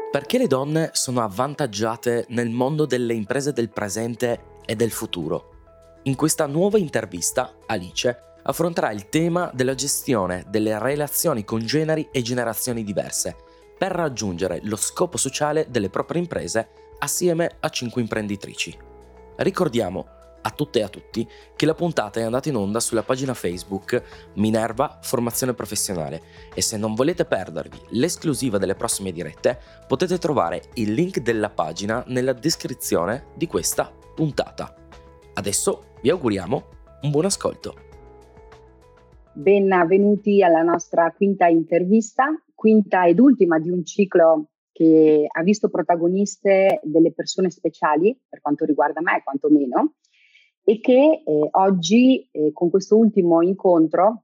Perché le donne sono avvantaggiate nel mondo delle imprese del presente e del futuro? In questa nuova intervista, Alice affronterà il tema della gestione delle relazioni con generi e generazioni diverse per raggiungere lo scopo sociale delle proprie imprese assieme a 5 imprenditrici. Ricordiamo a tutte e a tutti che la puntata è andata in onda sulla pagina Facebook Minerva Formazione Professionale e se non volete perdervi l'esclusiva delle prossime dirette potete trovare il link della pagina nella descrizione di questa puntata. Adesso vi auguriamo un buon ascolto. Benvenuti alla nostra quinta intervista, quinta ed ultima di un ciclo che ha visto protagoniste delle persone speciali, per quanto riguarda me quantomeno, e che oggi con questo ultimo incontro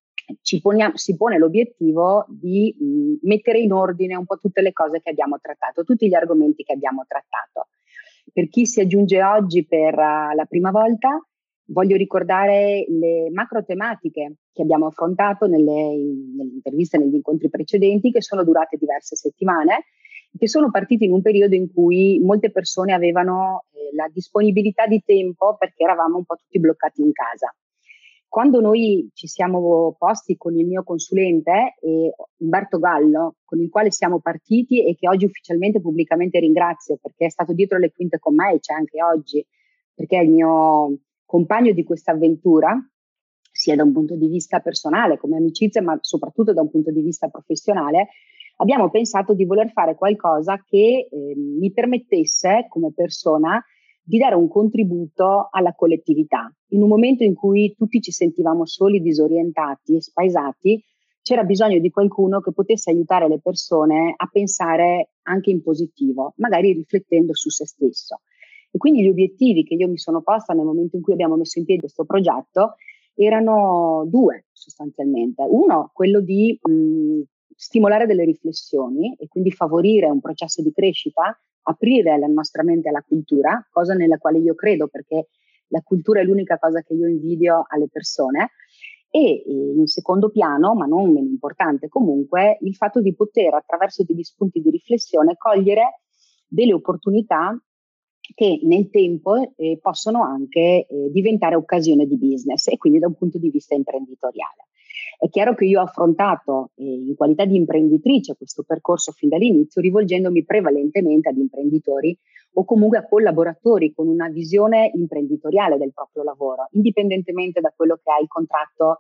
si pone l'obiettivo di mettere in ordine un po' tutte le cose che abbiamo trattato, tutti gli argomenti che abbiamo trattato. Per chi si aggiunge oggi per la prima volta, voglio ricordare le macro tematiche che abbiamo affrontato nelle interviste, negli incontri precedenti, che sono durate diverse settimane, che sono partiti in un periodo in cui molte persone avevano la disponibilità di tempo perché eravamo un po' tutti bloccati in casa. Quando noi ci siamo posti con il mio consulente, Umberto Gallo, con il quale siamo partiti e che oggi ufficialmente pubblicamente ringrazio perché è stato dietro le quinte con me e c'è anche oggi, perché è il mio compagno di questa avventura, sia da un punto di vista personale come amicizia, ma soprattutto da un punto di vista professionale, abbiamo pensato di voler fare qualcosa che mi permettesse come persona di dare un contributo alla collettività. In un momento in cui tutti ci sentivamo soli, disorientati e spaesati, c'era bisogno di qualcuno che potesse aiutare le persone a pensare anche in positivo, magari riflettendo su se stesso. E quindi gli obiettivi che io mi sono posta nel momento in cui abbiamo messo in piedi questo progetto erano due sostanzialmente. Uno, quello di stimolare delle riflessioni e quindi favorire un processo di crescita, aprire la nostra mente alla cultura, cosa nella quale io credo perché la cultura è l'unica cosa che io invidio alle persone. E in secondo piano, ma non meno importante comunque, il fatto di poter attraverso degli spunti di riflessione cogliere delle opportunità che nel tempo possono anche diventare occasione di business e quindi da un punto di vista imprenditoriale. È chiaro che io ho affrontato in qualità di imprenditrice questo percorso fin dall'inizio rivolgendomi prevalentemente ad imprenditori o comunque a collaboratori con una visione imprenditoriale del proprio lavoro, indipendentemente da quello che ha il contratto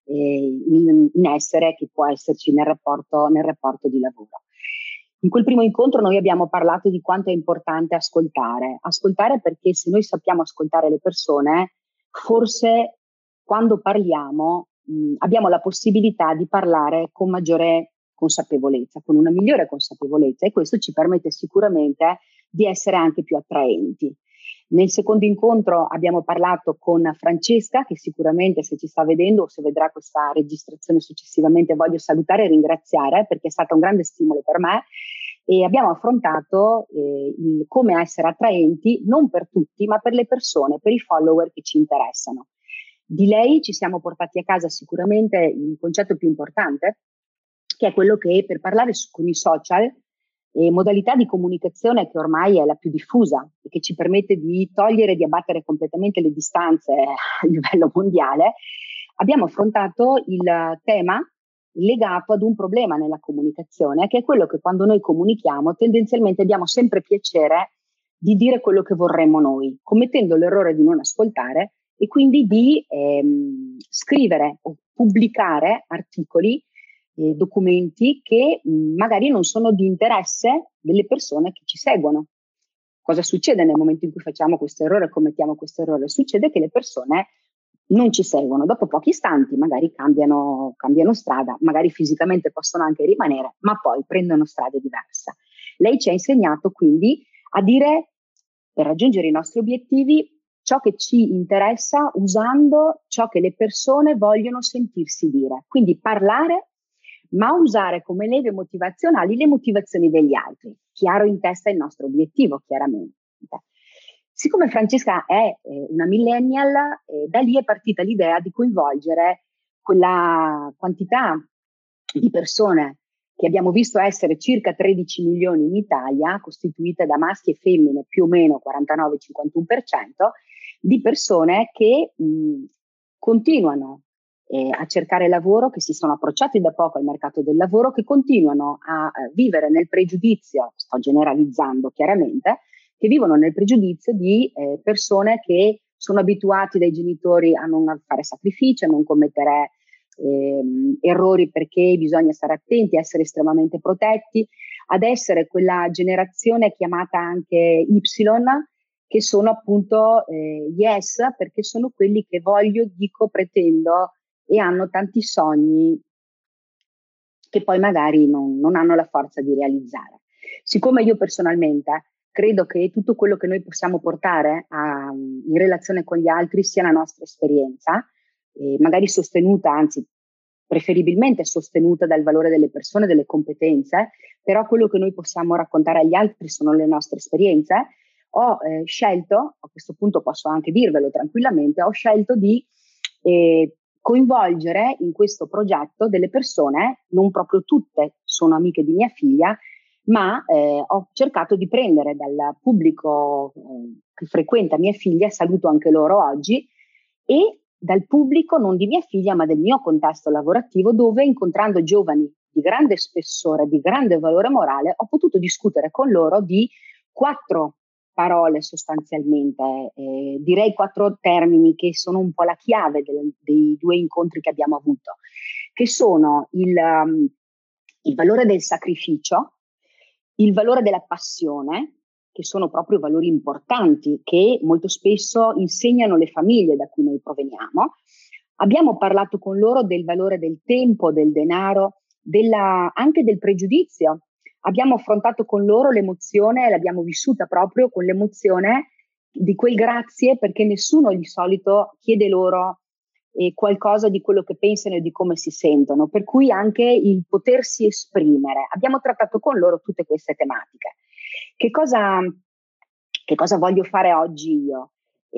in essere che può esserci nel rapporto di lavoro. In quel primo incontro noi abbiamo parlato di quanto è importante ascoltare perché se noi sappiamo ascoltare le persone, forse quando parliamo abbiamo la possibilità di parlare con maggiore consapevolezza, con una migliore consapevolezza e questo ci permette sicuramente di essere anche più attraenti. Nel secondo incontro abbiamo parlato con Francesca, che sicuramente se ci sta vedendo o se vedrà questa registrazione successivamente voglio salutare e ringraziare perché è stato un grande stimolo per me e abbiamo affrontato come essere attraenti non per tutti ma per le persone, per i follower che ci interessano. Di lei ci siamo portati a casa sicuramente il concetto più importante, che è quello che per parlare con i social modalità di comunicazione che ormai è la più diffusa e che ci permette di togliere, di abbattere completamente le distanze a livello mondiale, abbiamo affrontato il tema legato ad un problema nella comunicazione, che è quello che quando noi comunichiamo tendenzialmente abbiamo sempre piacere di dire quello che vorremmo noi, commettendo l'errore di non ascoltare e quindi di scrivere o pubblicare articoli documenti che magari non sono di interesse delle persone che ci seguono. Cosa succede nel momento in cui facciamo questo errore, commettiamo questo errore? Succede che le persone non ci seguono, dopo pochi istanti magari cambiano strada, magari fisicamente possono anche rimanere, ma poi prendono strade diverse. Lei ci ha insegnato quindi a dire, per raggiungere i nostri obiettivi, ciò che ci interessa usando ciò che le persone vogliono sentirsi dire. Quindi parlare ma usare come leve motivazionali le motivazioni degli altri. Chiaro in testa il nostro obiettivo, chiaramente. Siccome Francesca è una millennial, da lì è partita l'idea di coinvolgere quella quantità di persone che abbiamo visto essere circa 13 milioni in Italia, costituite da maschi e femmine più o meno 49-51%, di persone che continuano a cercare lavoro, che si sono approcciati da poco al mercato del lavoro, che continuano a vivere nel pregiudizio, sto generalizzando chiaramente, che vivono nel pregiudizio di persone che sono abituati dai genitori a non fare sacrifici, a non commettere errori perché bisogna stare attenti, essere estremamente protetti, ad essere quella generazione chiamata anche Y, che sono appunto yes, perché sono quelli che voglio, dico, pretendo e hanno tanti sogni che poi magari non hanno la forza di realizzare. Siccome io personalmente credo che tutto quello che noi possiamo portare in relazione con gli altri sia la nostra esperienza, magari sostenuta, anzi preferibilmente sostenuta dal valore delle persone, delle competenze, però quello che noi possiamo raccontare agli altri sono le nostre esperienze. Ho scelto, a questo punto posso anche dirvelo tranquillamente, ho scelto di coinvolgere in questo progetto delle persone, non proprio tutte sono amiche di mia figlia, ma ho cercato di prendere dal pubblico che frequenta mia figlia, saluto anche loro oggi, e dal pubblico non di mia figlia ma del mio contesto lavorativo, dove incontrando giovani di grande spessore, di grande valore morale, ho potuto discutere con loro di 4 parole sostanzialmente, direi 4 termini che sono un po' la chiave dei 2 incontri che abbiamo avuto, che sono il valore del sacrificio, il valore della passione, che sono proprio valori importanti che molto spesso insegnano le famiglie da cui noi proveniamo. Abbiamo parlato con loro del valore del tempo, del denaro, anche del pregiudizio. Abbiamo affrontato con loro l'emozione, l'abbiamo vissuta proprio con l'emozione di quel grazie, perché nessuno di solito chiede loro qualcosa di quello che pensano e di come si sentono, per cui anche il potersi esprimere. Abbiamo trattato con loro tutte queste tematiche. Che cosa voglio fare oggi io?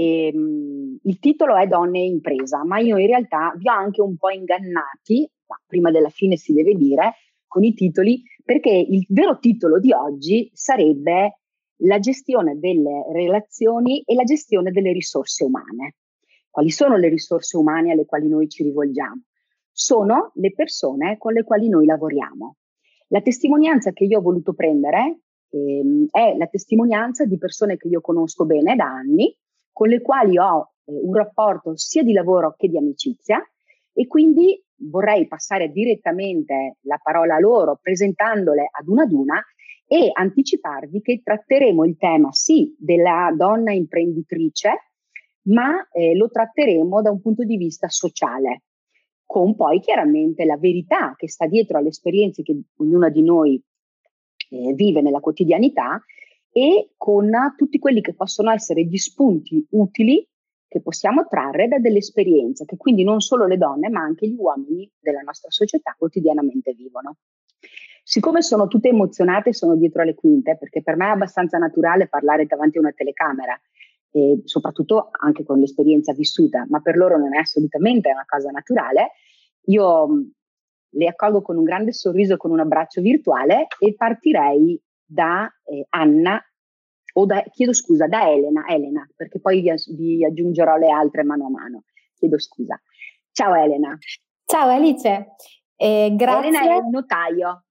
Il titolo è Donne e impresa, ma io in realtà vi ho anche un po' ingannati, ma prima della fine si deve dire, con i titoli, perché il vero titolo di oggi sarebbe la gestione delle relazioni e la gestione delle risorse umane. Quali sono le risorse umane alle quali noi ci rivolgiamo? Sono le persone con le quali noi lavoriamo. La testimonianza che io ho voluto prendere è la testimonianza di persone che io conosco bene da anni, con le quali ho un rapporto sia di lavoro che di amicizia, e quindi vorrei passare direttamente la parola a loro, presentandole ad una, e anticiparvi che tratteremo il tema sì della donna imprenditrice, ma lo tratteremo da un punto di vista sociale, con poi chiaramente la verità che sta dietro alle esperienze che ognuna di noi vive nella quotidianità, e con tutti quelli che possono essere gli spunti utili che possiamo trarre da delle esperienze che quindi non solo le donne ma anche gli uomini della nostra società quotidianamente vivono. Siccome sono tutte emozionate, sono dietro alle quinte, perché per me è abbastanza naturale parlare davanti a una telecamera, e soprattutto anche con l'esperienza vissuta, ma per loro non è assolutamente una cosa naturale. Io le accolgo con un grande sorriso, con un abbraccio virtuale, e partirei da Anna, da Elena, perché poi vi aggiungerò le altre mano a mano. Chiedo scusa. Ciao Elena. Ciao Alice. Grazie. Elena è il notaio.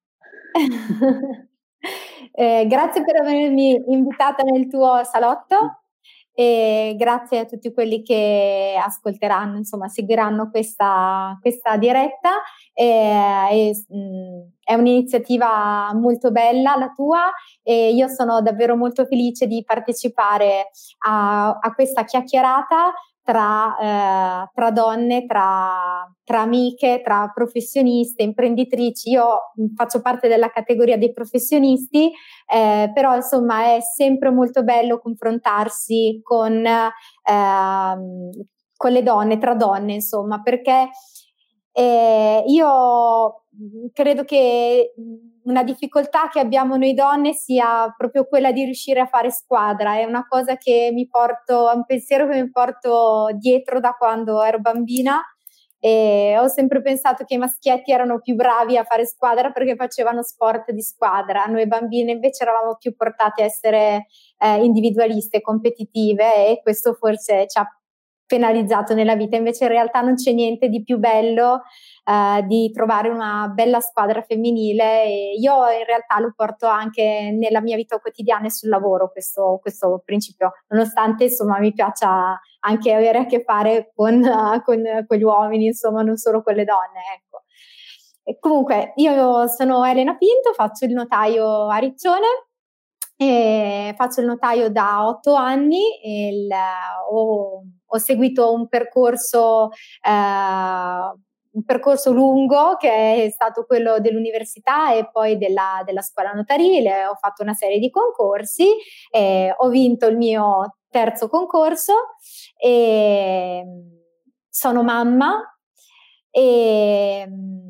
Grazie per avermi invitata nel tuo salotto, e grazie a tutti quelli che ascolteranno, insomma, seguiranno questa diretta. È un'iniziativa molto bella la tua, e io sono davvero molto felice di partecipare a questa chiacchierata tra donne, tra amiche, tra professioniste, imprenditrici. Io faccio parte della categoria dei professionisti, però insomma è sempre molto bello confrontarsi con le donne, tra donne, insomma, perché io credo che una difficoltà che abbiamo noi donne sia proprio quella di riuscire a fare squadra. È una cosa che è un pensiero che mi porto dietro da quando ero bambina, e ho sempre pensato che i maschietti erano più bravi a fare squadra perché facevano sport di squadra. Noi bambine invece eravamo più portate a essere individualiste, competitive, e questo forse ci ha penalizzato nella vita. Invece in realtà non c'è niente di più bello di trovare una bella squadra femminile, e io in realtà lo porto anche nella mia vita quotidiana e sul lavoro, questo principio, nonostante insomma mi piaccia anche avere a che fare con gli uomini, insomma non solo con le donne, ecco. E comunque io sono Elena Pinto, faccio il notaio a Riccione. E faccio il notaio da 8 anni e ho seguito un percorso lungo, che è stato quello dell'università e poi della scuola notarile. Ho fatto una serie di concorsi, ho vinto il mio terzo concorso e sono mamma e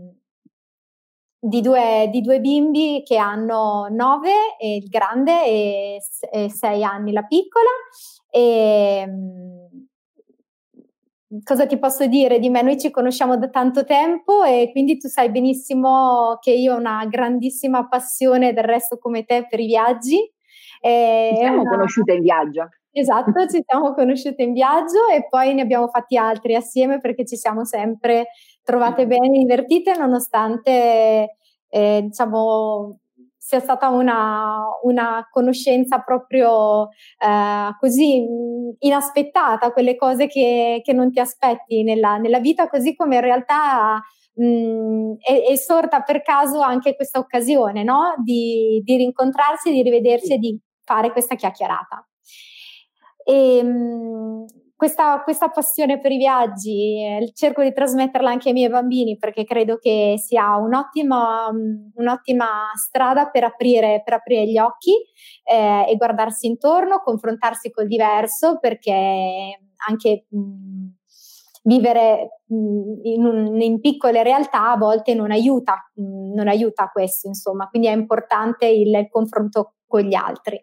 di due bimbi che hanno 9, e il grande, e 6 anni la piccola. E cosa ti posso dire di me? Noi ci conosciamo da tanto tempo e quindi tu sai benissimo che io ho una grandissima passione, del resto come te, per i viaggi. Ci siamo conosciute in viaggio. Esatto, ci siamo conosciute in viaggio e poi ne abbiamo fatti altri assieme perché ci siamo sempre trovate bene, divertite, nonostante diciamo sia stata una conoscenza proprio così inaspettata, quelle cose che non ti aspetti nella vita, così come in realtà è sorta per caso anche questa occasione, no? Di rincontrarsi, di rivedersi e di fare questa chiacchierata. E questa passione per i viaggi cerco di trasmetterla anche ai miei bambini, perché credo che sia un'ottima strada per aprire gli occhi e guardarsi intorno, confrontarsi col diverso, perché anche vivere in piccole realtà a volte non aiuta questo, insomma, quindi è importante il confronto con gli altri.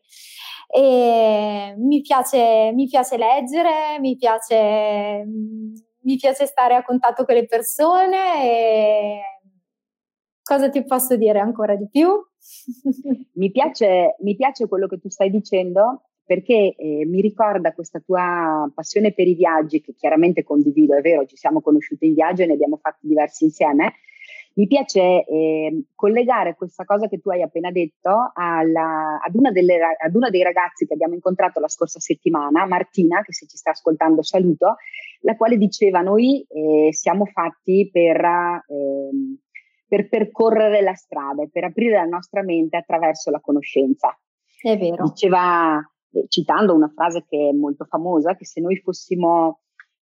E mi piace leggere, mi piace stare a contatto con le persone, e cosa ti posso dire ancora di più? Mi piace quello che tu stai dicendo, perché mi ricorda questa tua passione per i viaggi, che chiaramente condivido, è vero, ci siamo conosciute in viaggio e ne abbiamo fatti diversi insieme. Mi piace collegare questa cosa che tu hai appena detto ad una dei ragazzi che abbiamo incontrato la scorsa settimana, Martina, che se ci sta ascoltando saluto, la quale diceva: noi siamo fatti per percorrere la strada e per aprire la nostra mente attraverso la conoscenza. È vero. Diceva, citando una frase che è molto famosa, che se noi fossimo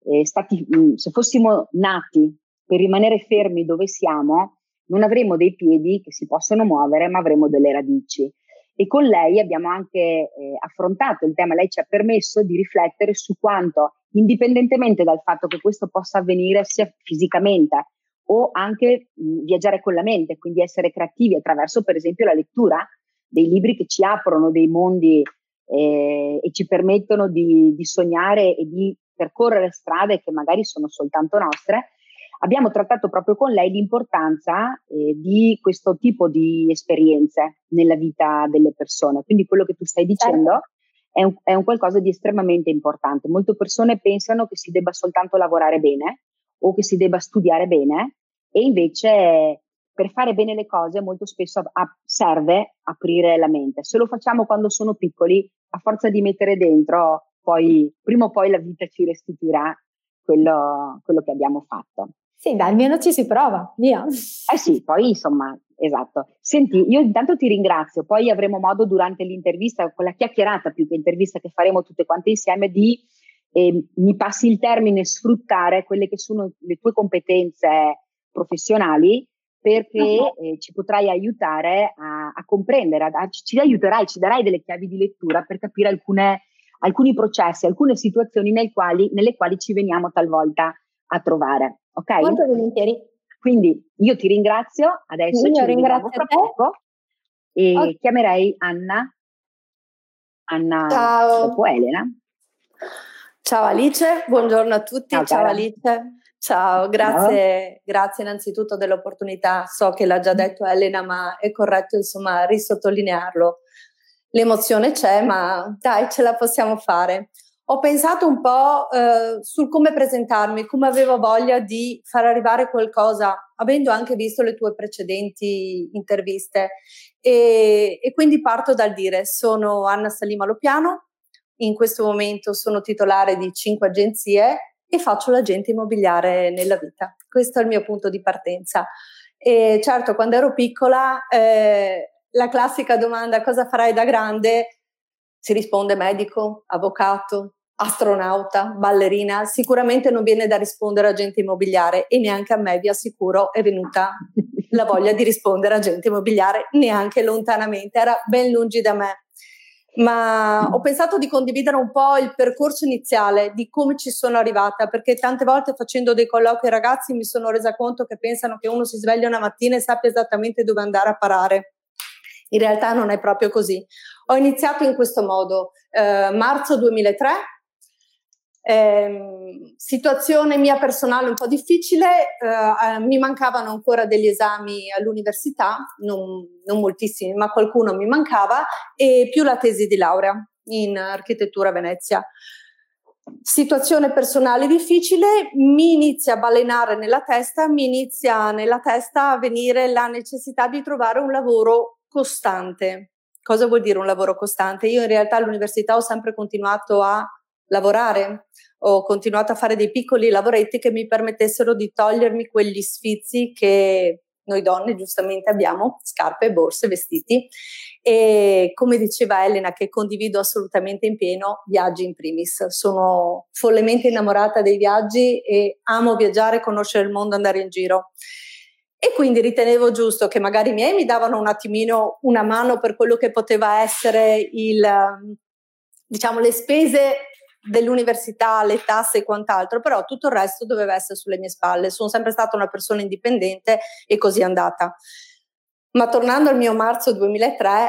se fossimo nati per rimanere fermi dove siamo, non avremo dei piedi che si possono muovere, ma avremo delle radici. E con lei abbiamo anche affrontato il tema. Lei ci ha permesso di riflettere su quanto, indipendentemente dal fatto che questo possa avvenire sia fisicamente o anche viaggiare con la mente, quindi essere creativi attraverso per esempio la lettura dei libri che ci aprono dei mondi e ci permettono di sognare e di percorrere strade che magari sono soltanto nostre. Abbiamo trattato proprio con lei l'importanza di questo tipo di esperienze nella vita delle persone. Quindi quello che tu stai dicendo è un qualcosa di estremamente importante. Molte persone pensano che si debba soltanto lavorare bene o che si debba studiare bene, e invece per fare bene le cose molto spesso serve aprire la mente. Se lo facciamo quando sono piccoli, a forza di mettere dentro, poi prima o poi la vita ci restituirà quello che abbiamo fatto. Sì, dai, almeno ci si prova, via. Sì, poi insomma, esatto. Senti, io intanto ti ringrazio, poi avremo modo durante l'intervista, con la chiacchierata più che intervista che faremo tutte quante insieme, di, mi passi il termine, sfruttare quelle che sono le tue competenze professionali, perché ci potrai aiutare a comprendere, ci aiuterai, ci darai delle chiavi di lettura per capire alcuni processi, alcune situazioni nelle quali ci veniamo talvolta a trovare. Ok? Molto volentieri. Quindi io ti ringrazio, adesso ci rivediamo fra poco e chiamerei Anna Ciao. dopo Elena. Ciao Alice, buongiorno a tutti. Ciao Alice. Ciao, grazie innanzitutto dell'opportunità. So che l'ha già detto Elena, ma è corretto insomma risottolinearlo. L'emozione c'è, ma dai, ce la possiamo fare. Ho pensato un po' sul come presentarmi, come avevo voglia di far arrivare qualcosa, avendo anche visto le tue precedenti interviste. E quindi parto dal dire: sono Anna Salima Lopiano, in questo momento sono titolare di 5 agenzie e faccio l'agente immobiliare nella vita. Questo è il mio punto di partenza. E certo, quando ero piccola, la classica domanda cosa farai da grande? Si risponde medico, avvocato, astronauta, ballerina. Sicuramente non viene da rispondere agente immobiliare, e neanche a me, vi assicuro, è venuta la voglia di rispondere agente immobiliare, neanche lontanamente, era ben lungi da me. Ma ho pensato di condividere un po' il percorso iniziale di come ci sono arrivata, perché tante volte facendo dei colloqui ai ragazzi mi sono resa conto che pensano che uno si sveglia una mattina e sappia esattamente dove andare a parare. In realtà non è proprio così. Ho iniziato in questo modo, marzo 2003, situazione mia personale un po' difficile, mi mancavano ancora degli esami all'università, non moltissimi, ma qualcuno mi mancava, e più la tesi di laurea in architettura a Venezia. Situazione personale difficile, mi inizia a balenare nella testa, a venire la necessità di trovare un lavoro costante. Cosa vuol dire un lavoro costante? Io in realtà all'università ho sempre continuato a lavorare, ho continuato a fare dei piccoli lavoretti che mi permettessero di togliermi quegli sfizi che noi donne giustamente abbiamo, scarpe, borse, vestiti, e come diceva Elena, che condivido assolutamente in pieno, viaggi in primis. Sono follemente innamorata dei viaggi e amo viaggiare, conoscere il mondo, andare in giro. E quindi ritenevo giusto che magari i miei mi davano un attimino una mano per quello che poteva essere le spese dell'università, le tasse e quant'altro, però tutto il resto doveva essere sulle mie spalle. Sono sempre stata una persona indipendente e così è andata. Ma tornando al mio marzo 2003,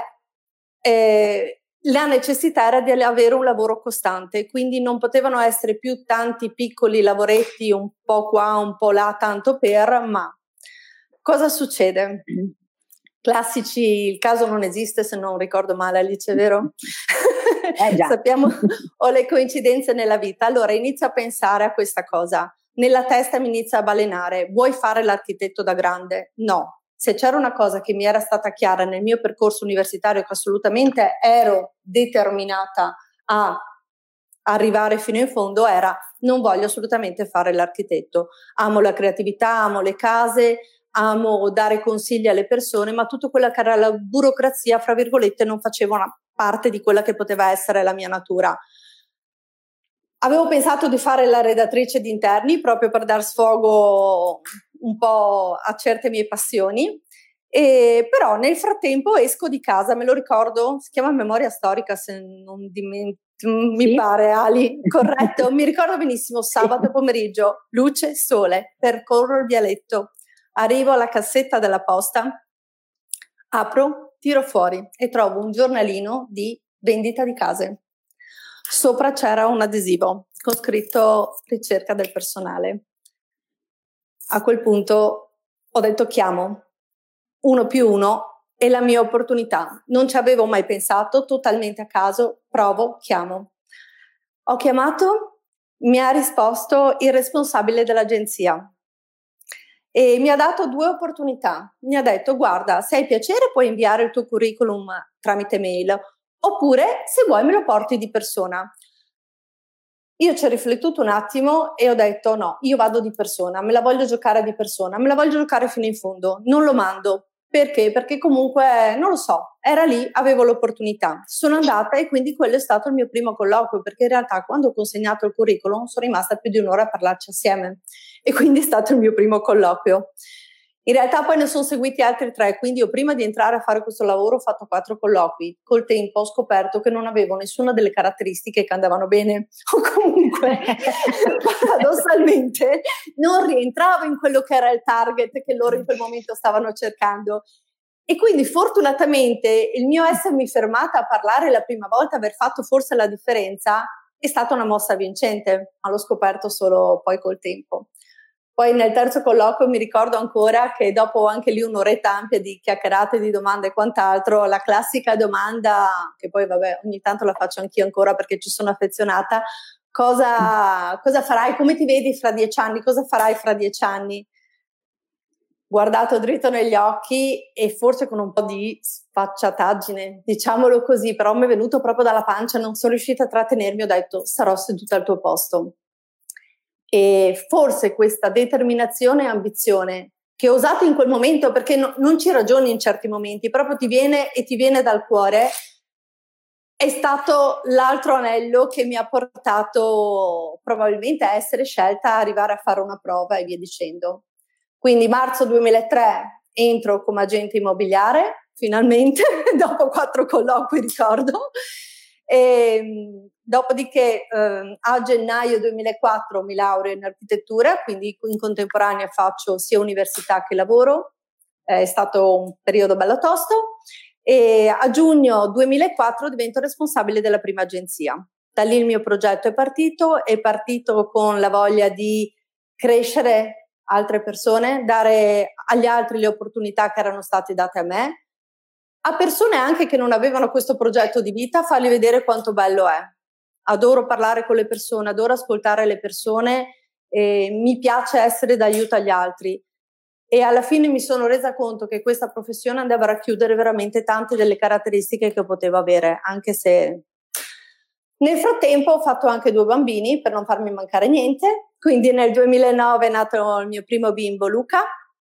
la necessità era di avere un lavoro costante, quindi non potevano essere più tanti piccoli lavoretti un po' qua, un po' là, tanto per, ma cosa succede? Classici, il caso non esiste se non ricordo male, Alice, vero? Già. Sappiamo, ho le coincidenze nella vita. Allora inizio a pensare a questa cosa, nella testa mi inizia a balenare: vuoi fare l'architetto da grande? No. Se c'era una cosa che mi era stata chiara nel mio percorso universitario, che assolutamente ero determinata a arrivare fino in fondo, era: non voglio assolutamente fare l'architetto. Amo la creatività, amo le case, amo dare consigli alle persone, ma tutto quella che era la burocrazia, fra virgolette, non faceva una parte di quella che poteva essere la mia natura. Avevo pensato di fare la redattrice di interni proprio per dar sfogo un po' a certe mie passioni, però nel frattempo esco di casa, me lo ricordo, si chiama memoria storica se non dimentico, mi pare, Ali, corretto, mi ricordo benissimo, sabato pomeriggio, luce, sole, percorro il vialetto, arrivo alla cassetta della posta, apro, tiro fuori e trovo un giornalino di vendita di case. Sopra c'era un adesivo con scritto ricerca del personale. A quel punto ho detto: chiamo, 1+1 è la mia opportunità. Non ci avevo mai pensato, totalmente a caso, provo, chiamo. Ho chiamato, mi ha risposto il responsabile dell'agenzia e mi ha dato 2 opportunità. Mi ha detto: guarda, se hai piacere puoi inviare il tuo curriculum tramite mail, oppure se vuoi me lo porti di persona. Io ci ho riflettuto un attimo e ho detto: no, io vado di persona, me la voglio giocare di persona, me la voglio giocare fino in fondo, non lo mando. Perché? Perché comunque, non lo so, era lì, avevo l'opportunità. Sono andata e quindi quello è stato il mio primo colloquio, perché in realtà quando ho consegnato il curriculum sono rimasta più di un'ora a parlarci assieme e quindi è stato il mio primo colloquio. In realtà poi ne sono seguiti altri 3, quindi io prima di entrare a fare questo lavoro ho fatto 4 colloqui. Col tempo ho scoperto che non avevo nessuna delle caratteristiche che andavano bene, o comunque paradossalmente non rientravo in quello che era il target che loro in quel momento stavano cercando. E quindi fortunatamente il mio essermi fermata a parlare la prima volta, aver fatto forse la differenza, è stata una mossa vincente, ma l'ho scoperto solo poi col tempo. Poi nel terzo colloquio mi ricordo ancora che dopo anche lì un'oretta ampia di chiacchierate, di domande e quant'altro, la classica domanda, che poi vabbè ogni tanto la faccio anch'io ancora perché ci sono affezionata, cosa farai, come ti vedi fra 10 anni, cosa farai fra 10 anni? Guardato dritto negli occhi e forse con un po' di sfacciataggine, diciamolo così, però mi è venuto proprio dalla pancia, non sono riuscita a trattenermi, ho detto sarò seduta al tuo posto. E forse questa determinazione e ambizione che ho usato in quel momento, perché non ci ragioni in certi momenti, proprio ti viene dal cuore, è stato l'altro anello che mi ha portato probabilmente a essere scelta, a arrivare a fare una prova e via dicendo. Quindi marzo 2003 entro come agente immobiliare, finalmente, dopo 4 colloqui ricordo. E, dopodiché a gennaio 2004 mi laureo in architettura, quindi in contemporanea faccio sia università che lavoro, è stato un periodo bello tosto, e a giugno 2004 divento responsabile della prima agenzia. Da lì il mio progetto è partito con la voglia di crescere altre persone, dare agli altri le opportunità che erano state date a me, a persone anche che non avevano questo progetto di vita, fargli vedere quanto bello è. Adoro parlare con le persone, adoro ascoltare le persone, e mi piace essere d'aiuto agli altri. E alla fine mi sono resa conto che questa professione andava a racchiudere veramente tante delle caratteristiche che potevo avere, anche se nel frattempo ho fatto anche 2 bambini per non farmi mancare niente. Quindi nel 2009 è nato il mio primo bimbo Luca.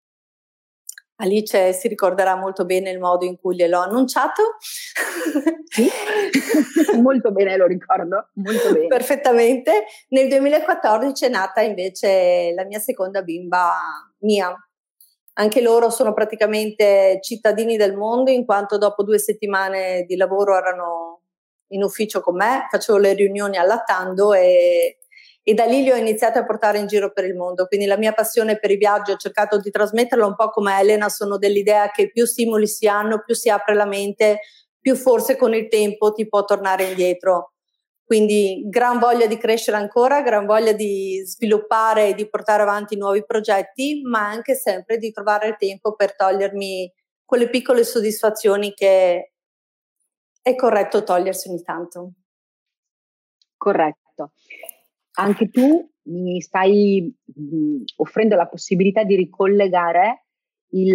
Alice si ricorderà molto bene il modo in cui gliel'ho annunciato. Sì, molto bene, lo ricordo, molto bene. Perfettamente. Nel 2014 è nata invece la mia seconda bimba, Mia. Anche loro sono praticamente cittadini del mondo, in quanto dopo 2 settimane di lavoro erano in ufficio con me, facevo le riunioni allattando e da lì li ho iniziati a portare in giro per il mondo. Quindi la mia passione per i viaggi ho cercato di trasmetterla un po' come Elena, sono dell'idea che più stimoli si hanno, più si apre la mente, più forse con il tempo ti può tornare indietro. Quindi gran voglia di crescere ancora, gran voglia di sviluppare e di portare avanti nuovi progetti, ma anche sempre di trovare il tempo per togliermi quelle piccole soddisfazioni che è corretto togliersi ogni tanto. Corretto. Anche tu mi stai offrendo la possibilità di ricollegare il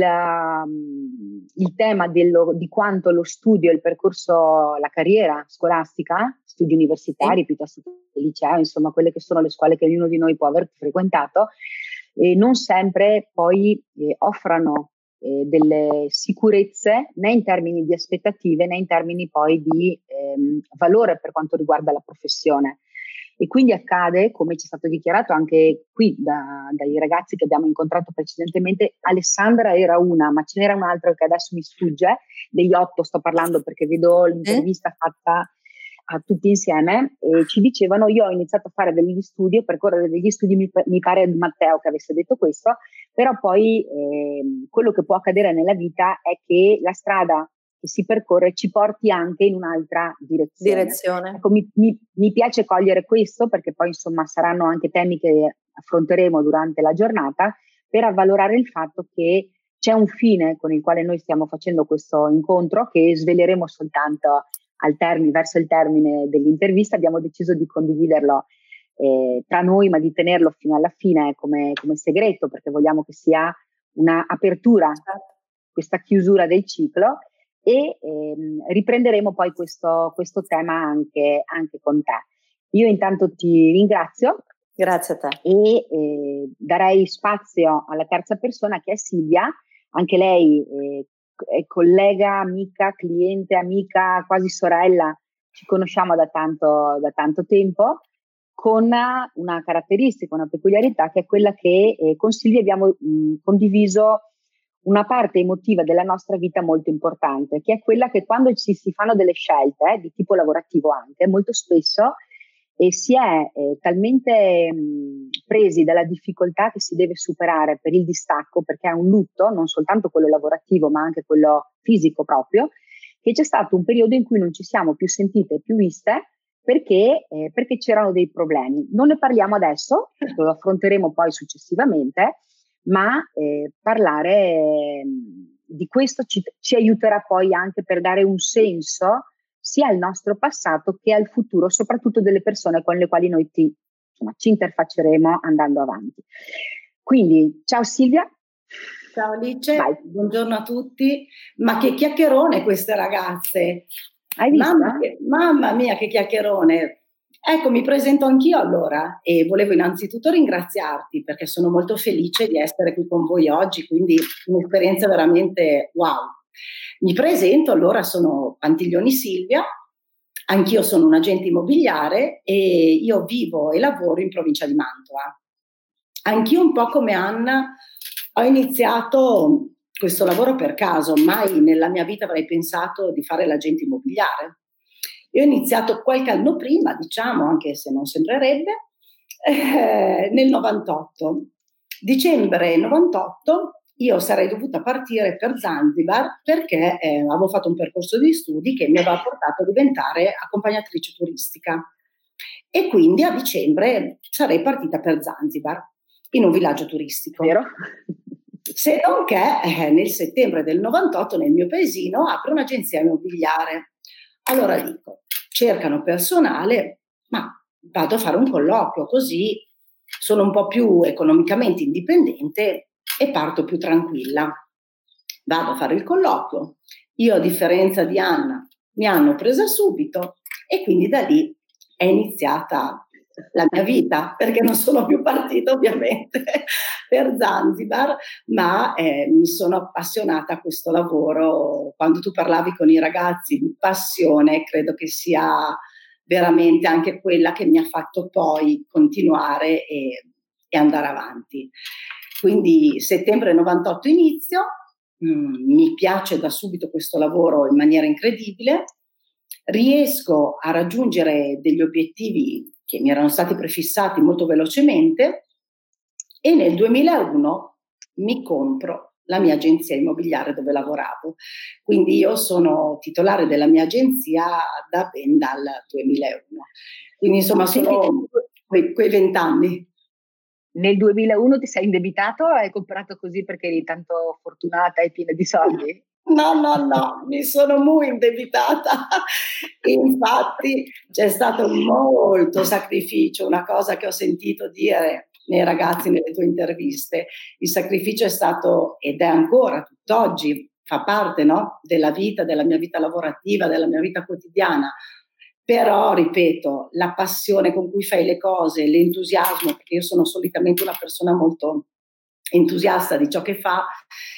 tema di quanto lo studio, il percorso, la carriera scolastica, studi universitari piuttosto che liceo, insomma quelle che sono le scuole che ognuno di noi può aver frequentato, non sempre poi offrano delle sicurezze né in termini di aspettative né in termini poi di valore per quanto riguarda la professione. E quindi accade, come ci è stato dichiarato anche qui dai ragazzi che abbiamo incontrato precedentemente, Alessandra era una, ma ce n'era un'altra che adesso mi sfugge, degli 8 sto parlando perché vedo l'intervista fatta a tutti insieme, e ci dicevano: io ho iniziato a fare degli studi, a percorrere degli studi, mi pare Matteo che avesse detto questo, però poi quello che può accadere nella vita è che la strada che si percorre ci porti anche in un'altra direzione. Ecco, mi piace cogliere questo perché poi insomma saranno anche temi che affronteremo durante la giornata, per avvalorare il fatto che c'è un fine con il quale noi stiamo facendo questo incontro, che sveleremo soltanto verso il termine dell'intervista. Abbiamo deciso di condividerlo tra noi, ma di tenerlo fino alla fine come segreto, perché vogliamo che sia una apertura, questa chiusura del ciclo, e riprenderemo poi questo tema anche con te. Io intanto ti ringrazio. Grazie a te. E darei spazio alla terza persona, che è Silvia, anche lei è collega, amica, cliente, amica, quasi sorella, ci conosciamo da tanto tempo, con una caratteristica, una peculiarità, che è quella che con Silvia abbiamo condiviso una parte emotiva della nostra vita molto importante, che è quella che quando si fanno delle scelte di tipo lavorativo anche, molto spesso si è talmente presi dalla difficoltà che si deve superare per il distacco, perché è un lutto, non soltanto quello lavorativo ma anche quello fisico proprio, che c'è stato un periodo in cui non ci siamo più sentite e più viste, perché c'erano dei problemi. Non ne parliamo adesso, lo affronteremo poi successivamente, ma parlare di questo ci aiuterà poi anche per dare un senso sia al nostro passato che al futuro, soprattutto delle persone con le quali noi ci interfacceremo andando avanti. Quindi, ciao Silvia. Ciao Alice, buongiorno a tutti. Ma che chiacchierone queste ragazze! Hai visto? Mamma mia, che chiacchierone! Ecco, mi presento anch'io allora e volevo innanzitutto ringraziarti perché sono molto felice di essere qui con voi oggi, quindi un'esperienza veramente wow. Mi presento, allora sono Pantiglioni Silvia, anch'io sono un agente immobiliare e io vivo e lavoro in provincia di Mantova. Anch'io un po' come Anna ho iniziato questo lavoro per caso, mai nella mia vita avrei pensato di fare l'agente immobiliare. Io ho iniziato qualche anno prima, diciamo, anche se non sembrerebbe, nel 98. Dicembre 98 io sarei dovuta partire per Zanzibar perché avevo fatto un percorso di studi che mi aveva portato a diventare accompagnatrice turistica. E quindi a dicembre sarei partita per Zanzibar, in un villaggio turistico. Vero? Se non che nel settembre del 98 nel mio paesino apre un'agenzia immobiliare. Allora dico, cercano personale, ma vado a fare un colloquio, così sono un po' più economicamente indipendente e parto più tranquilla. Vado a fare il colloquio, io a differenza di Anna mi hanno presa subito e quindi da lì è iniziata la mia vita, perché non sono più partita ovviamente per Zanzibar, ma mi sono appassionata a questo lavoro. Quando tu parlavi con i ragazzi di passione, credo che sia veramente anche quella che mi ha fatto poi continuare e andare avanti. Quindi settembre 98 inizio, mi piace da subito questo lavoro in maniera incredibile, riesco a raggiungere degli obiettivi che mi erano stati prefissati molto velocemente e nel 2001 mi compro la mia agenzia immobiliare dove lavoravo. Quindi io sono titolare della mia agenzia dal 2001. Quindi insomma sono quei 20 anni. Nel 2001 ti sei indebitato o hai comprato così perché eri tanto fortunata e piena di soldi? No, mi sono molto indebitata. Infatti c'è stato molto sacrificio, una cosa che ho sentito dire nei ragazzi nelle tue interviste. Il sacrificio è stato ed è ancora tutt'oggi, fa parte, no? Della mia vita lavorativa, della mia vita quotidiana. Però, ripeto, la passione con cui fai le cose, l'entusiasmo, perché io sono solitamente una persona molto entusiasta di ciò che fa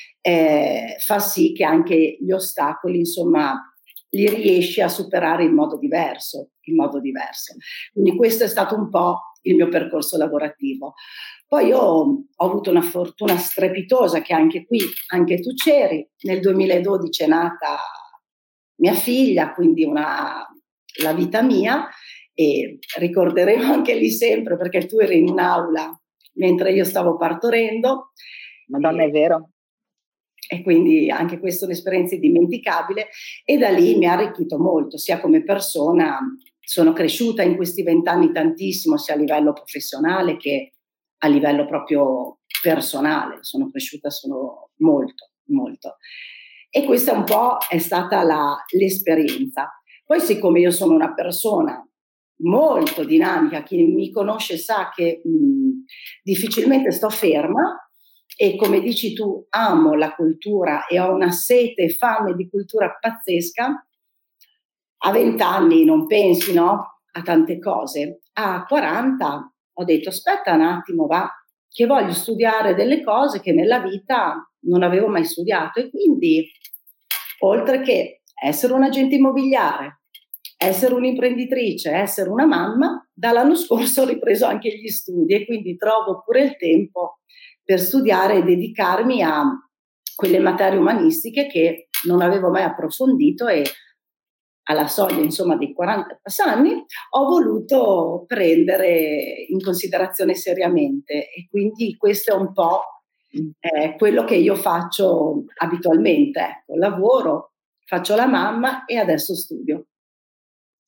sì che anche gli ostacoli, insomma, li riesci a superare in modo diverso. Quindi questo è stato un po' il mio percorso lavorativo. Poi io ho avuto una fortuna strepitosa che anche tu c'eri. Nel 2012 è nata mia figlia, quindi la vita mia, e ricorderemo anche lì sempre perché tu eri in un'aula mentre io stavo partorendo. Madonna, è vero. E quindi anche questa è un'esperienza indimenticabile e da lì mi ha arricchito molto, sia come persona, sono cresciuta in questi 20 anni tantissimo, sia a livello professionale che a livello proprio personale, sono cresciuta molto. E questa un po' è stata l'esperienza. Poi siccome io sono una persona molto dinamica, chi mi conosce sa che difficilmente sto ferma, e come dici tu, amo la cultura e ho una sete e fame di cultura pazzesca. A 20 anni non pensi, no? A tante cose. A 40 ho detto, aspetta un attimo, che voglio studiare delle cose che nella vita non avevo mai studiato. E quindi, oltre che essere un agente immobiliare, essere un'imprenditrice, essere una mamma, dall'anno scorso ho ripreso anche gli studi e quindi trovo pure il tempo per studiare e dedicarmi a quelle materie umanistiche che non avevo mai approfondito e alla soglia, insomma, dei 40 anni ho voluto prendere in considerazione seriamente e quindi questo è un po' quello che io faccio abitualmente. Ecco, lavoro, faccio la mamma e adesso studio.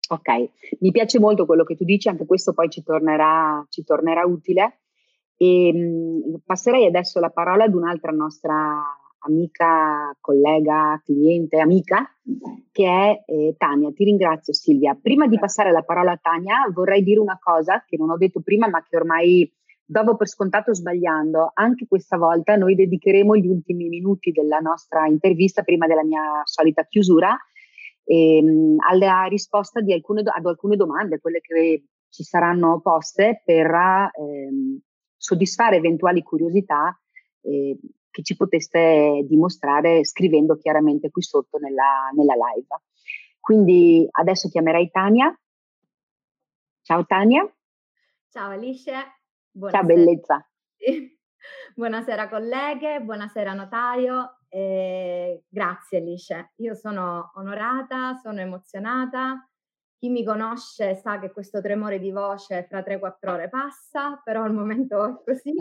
Ok, mi piace molto quello che tu dici, anche questo poi ci tornerà utile. E passerei adesso la parola ad un'altra nostra amica, collega, cliente, amica, che è Tania. Ti ringrazio, Silvia. Prima di passare la parola a Tania, vorrei dire una cosa che non ho detto prima, ma che ormai davo per scontato sbagliando. Anche questa volta noi dedicheremo gli ultimi minuti della nostra intervista, prima della mia solita chiusura, alla risposta di ad alcune domande, quelle che ci saranno poste per soddisfare eventuali curiosità che ci poteste dimostrare scrivendo chiaramente qui sotto nella live. Quindi adesso chiamerei Tania. Ciao Tania. Ciao Alice, ciao bellezza. Buonasera colleghe, buonasera notaio, grazie Alice, io sono onorata, sono emozionata, chi mi conosce sa che questo tremore di voce fra 3-4 ore passa, però al momento è così.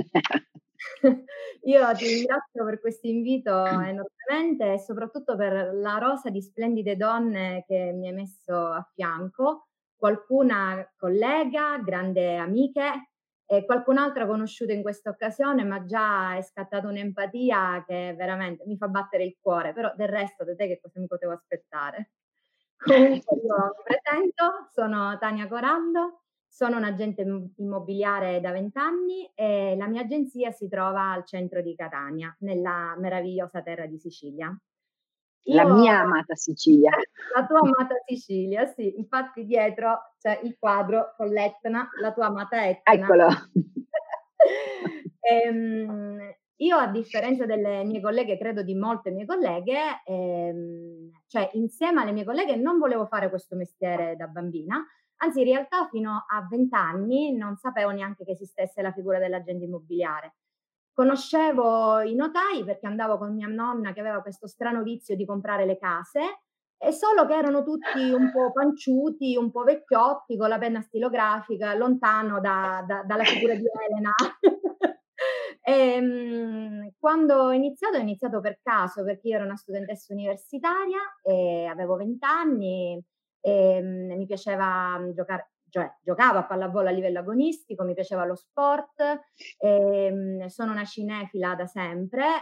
Io ti ringrazio per questo invito enormemente e soprattutto per la rosa di splendide donne che mi hai messo a fianco, qualcuna collega, grande amiche e qualcun altro conosciuto in questa occasione, ma già è scattata un'empatia che veramente mi fa battere il cuore, però del resto da te che cosa mi potevo aspettare? Comunque io mi presento, sono Tania Corallo, sono un agente immobiliare da 20 anni e la mia agenzia si trova al centro di Catania, nella meravigliosa terra di Sicilia. La mia amata Sicilia. La tua amata Sicilia, sì. Infatti dietro c'è il quadro con l'Etna, la tua amata Etna. Eccolo. Io, a differenza delle mie colleghe, credo di molte mie colleghe, cioè insieme alle mie colleghe non volevo fare questo mestiere da bambina, anzi in realtà fino a 20 anni non sapevo neanche che esistesse la figura dell'agente immobiliare. Conoscevo i notai perché andavo con mia nonna che aveva questo strano vizio di comprare le case, e solo che erano tutti un po' panciuti, un po' vecchiotti, con la penna stilografica, lontano dalla figura di Elena. Quando ho iniziato per caso, perché io ero una studentessa universitaria e avevo 20 anni e mi piaceva giocare, cioè giocavo a pallavolo a livello agonistico, mi piaceva lo sport, sono una cinefila da sempre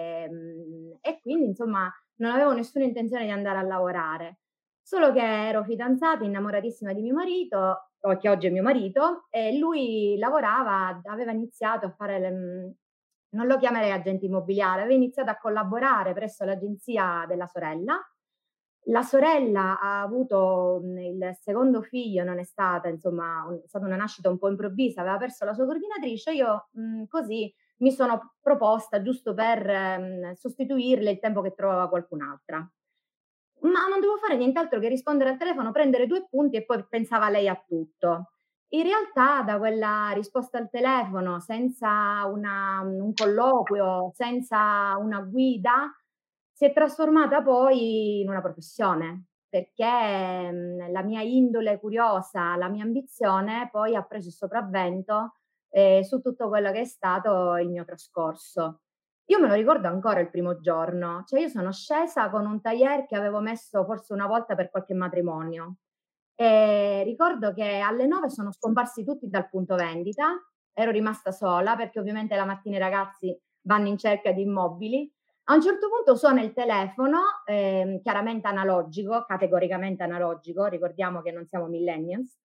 e quindi insomma non avevo nessuna intenzione di andare a lavorare. Solo che ero fidanzata, innamoratissima di mio marito, che oggi è mio marito, e lui lavorava, aveva iniziato a fare, non lo chiamerei agente immobiliare, aveva iniziato a collaborare presso l'agenzia della sorella. La sorella ha avuto il secondo figlio, non è stata, insomma, è stata una nascita un po' improvvisa, aveva perso la sua coordinatrice, io così mi sono proposta giusto per sostituirle il tempo che trovava qualcun'altra. Ma non dovevo fare nient'altro che rispondere al telefono, prendere 2 punti e poi pensava lei a tutto. In realtà da quella risposta al telefono, senza un colloquio, senza una guida, si è trasformata poi in una professione, perché la mia indole curiosa, la mia ambizione poi ha preso il sopravvento su tutto quello che è stato il mio trascorso. Io me lo ricordo ancora il primo giorno, cioè io sono scesa con un tailleur che avevo messo forse una volta per qualche matrimonio. E ricordo che alle 9 sono scomparsi tutti dal punto vendita, ero rimasta sola perché ovviamente la mattina i ragazzi vanno in cerca di immobili. A un certo punto suona il telefono, chiaramente analogico, categoricamente analogico, ricordiamo che non siamo millennials,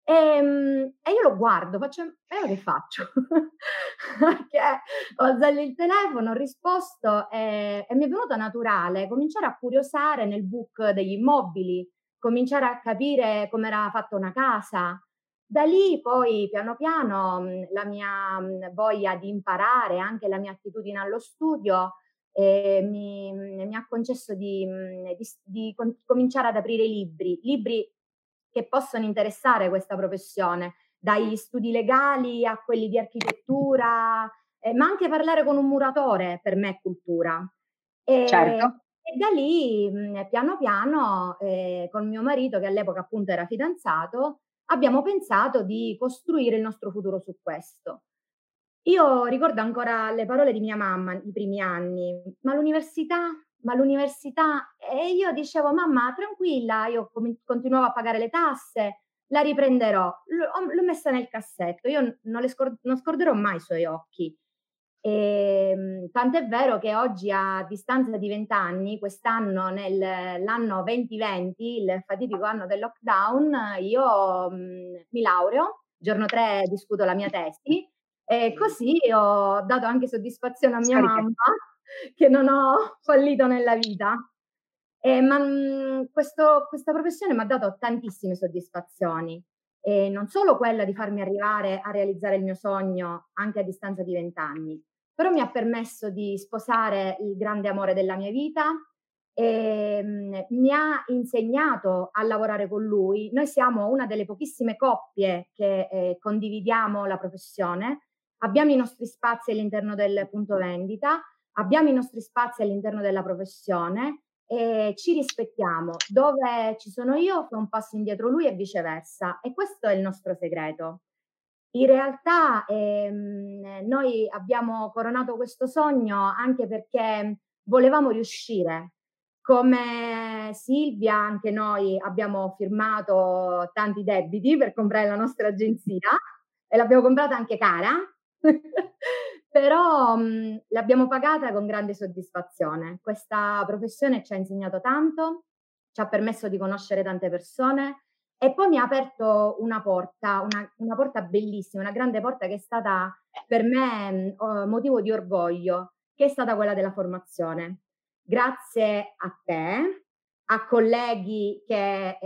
e io lo guardo, faccio: "E ora che faccio?" Perché ho alzato il telefono, ho risposto e mi è venuto naturale cominciare a curiosare nel book degli immobili, cominciare a capire com'era fatta una casa. Da lì poi piano piano, la mia, voglia di imparare, anche la mia attitudine allo studio, mi ha concesso di cominciare ad aprire libri che possono interessare questa professione, dagli studi legali a quelli di architettura, ma anche parlare con un muratore per me è cultura. Certo. E da lì, piano piano, con mio marito, che all'epoca appunto era fidanzato, abbiamo pensato di costruire il nostro futuro su questo. Io ricordo ancora le parole di mia mamma i primi anni: "Ma l'università? ma l'università, e io dicevo, mamma, tranquilla, io continuavo a pagare le tasse, la riprenderò, l'ho messa nel cassetto, io non scorderò mai i suoi occhi. Tant'è vero che oggi, a distanza di 20 anni, quest'anno, l'anno 2020, il fatidico anno del lockdown, io mi laureo, giorno 3 discuto la mia tesi, e così ho dato anche soddisfazione a mia mamma che non ho fallito nella vita. Questa professione mi ha dato tantissime soddisfazioni, e non solo quella di farmi arrivare a realizzare il mio sogno anche a distanza di 20 anni, però mi ha permesso di sposare il grande amore della mia vita, e mi ha insegnato a lavorare con lui. Noi siamo una delle pochissime coppie che condividiamo la professione, abbiamo i nostri spazi all'interno del punto vendita, abbiamo i nostri spazi all'interno della professione e ci rispettiamo. Dove ci sono io, fa un passo indietro lui e viceversa. E questo è il nostro segreto. In realtà noi abbiamo coronato questo sogno anche perché volevamo riuscire. Come Silvia, anche noi abbiamo firmato tanti debiti per comprare la nostra agenzia e l'abbiamo comprata anche cara, però l'abbiamo pagata con grande soddisfazione. Questa professione ci ha insegnato tanto, ci ha permesso di conoscere tante persone e poi mi ha aperto una porta bellissima, una grande porta che è stata per me motivo di orgoglio, che è stata quella della formazione. Grazie a te, a colleghi che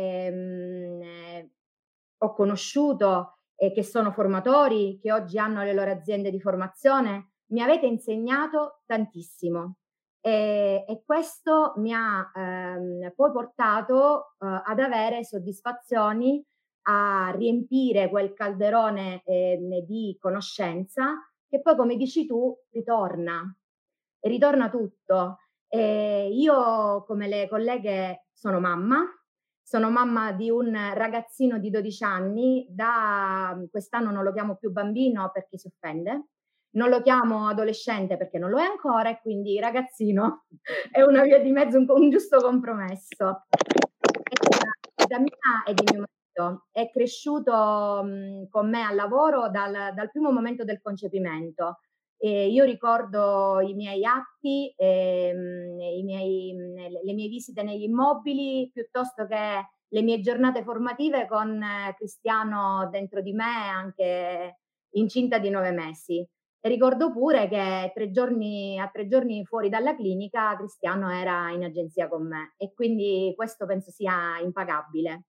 ho conosciuto e che sono formatori, che oggi hanno le loro aziende di formazione, mi avete insegnato tantissimo. E questo mi ha poi portato ad avere soddisfazioni, a riempire quel calderone di conoscenza che poi, come dici tu, ritorna e ritorna tutto. Io, come le colleghe, sono mamma di un ragazzino di 12 anni, da quest'anno non lo chiamo più bambino perché si offende, non lo chiamo adolescente perché non lo è ancora, e quindi ragazzino è una via di mezzo, un giusto compromesso. Da mia e di mio marito è cresciuto con me al lavoro dal primo momento del concepimento. Io ricordo i miei atti, le mie visite negli immobili, piuttosto che le mie giornate formative con Cristiano dentro di me, anche incinta di 9 mesi. E ricordo pure che a 3 giorni fuori dalla clinica Cristiano era in agenzia con me, e quindi questo penso sia impagabile.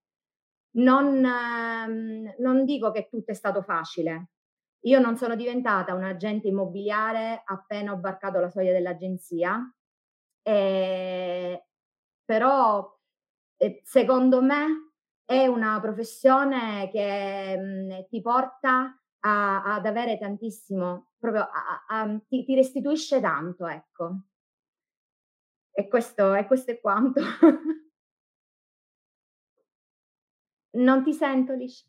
Non dico che tutto è stato facile. Io non sono diventata un agente immobiliare appena ho varcato la soglia dell'agenzia, però secondo me è una professione che ti porta ad avere tantissimo, proprio ti restituisce tanto, ecco. E questo è quanto. Non ti sento, Licia.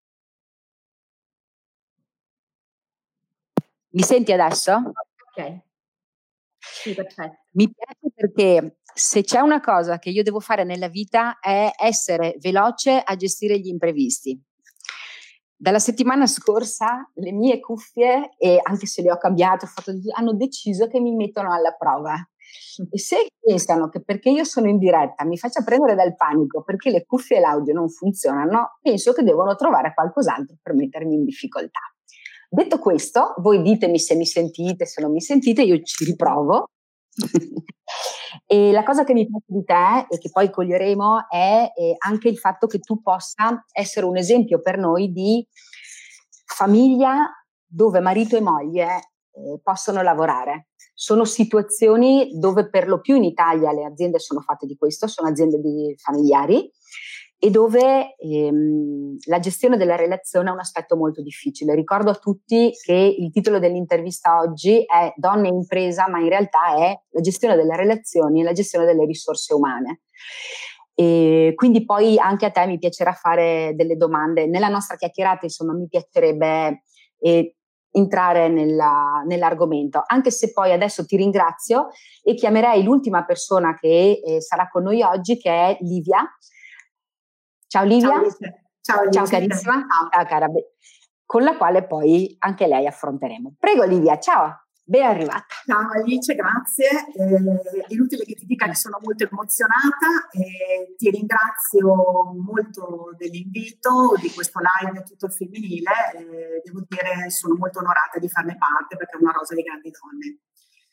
Mi senti adesso? Ok. Sì, perfetto. Mi piace perché se c'è una cosa che io devo fare nella vita è essere veloce a gestire gli imprevisti. Dalla settimana scorsa le mie cuffie, e anche se le ho cambiate, hanno deciso che mi mettono alla prova. E se pensano che perché io sono in diretta mi faccia prendere dal panico perché le cuffie e l'audio non funzionano, penso che devono trovare qualcos'altro per mettermi in difficoltà. Detto questo, voi ditemi se mi sentite, se non mi sentite, io ci riprovo. E la cosa che mi piace di te e che poi coglieremo è anche il fatto che tu possa essere un esempio per noi di famiglia dove marito e moglie possono lavorare. Sono situazioni dove per lo più in Italia le aziende sono fatte di questo, sono aziende di familiari, e dove la gestione della relazione è un aspetto molto difficile. Ricordo a tutti che il titolo dell'intervista oggi è Donne e impresa, ma in realtà è la gestione delle relazioni e la gestione delle risorse umane. E quindi poi anche a te mi piacerà fare delle domande. Nella nostra chiacchierata, insomma, mi piacerebbe entrare nell'argomento, anche se poi adesso ti ringrazio e chiamerei l'ultima persona che sarà con noi oggi, che è Livia. Ciao Livia. Ciao carissima. Ciao cara, con la quale poi anche lei affronteremo. Prego Livia, ciao. Ben arrivata. Ciao Alice, grazie. È inutile che ti dica che sono molto emozionata e ti ringrazio molto dell'invito di questo live tutto femminile. Devo dire, sono molto onorata di farne parte perché è una rosa di grandi donne.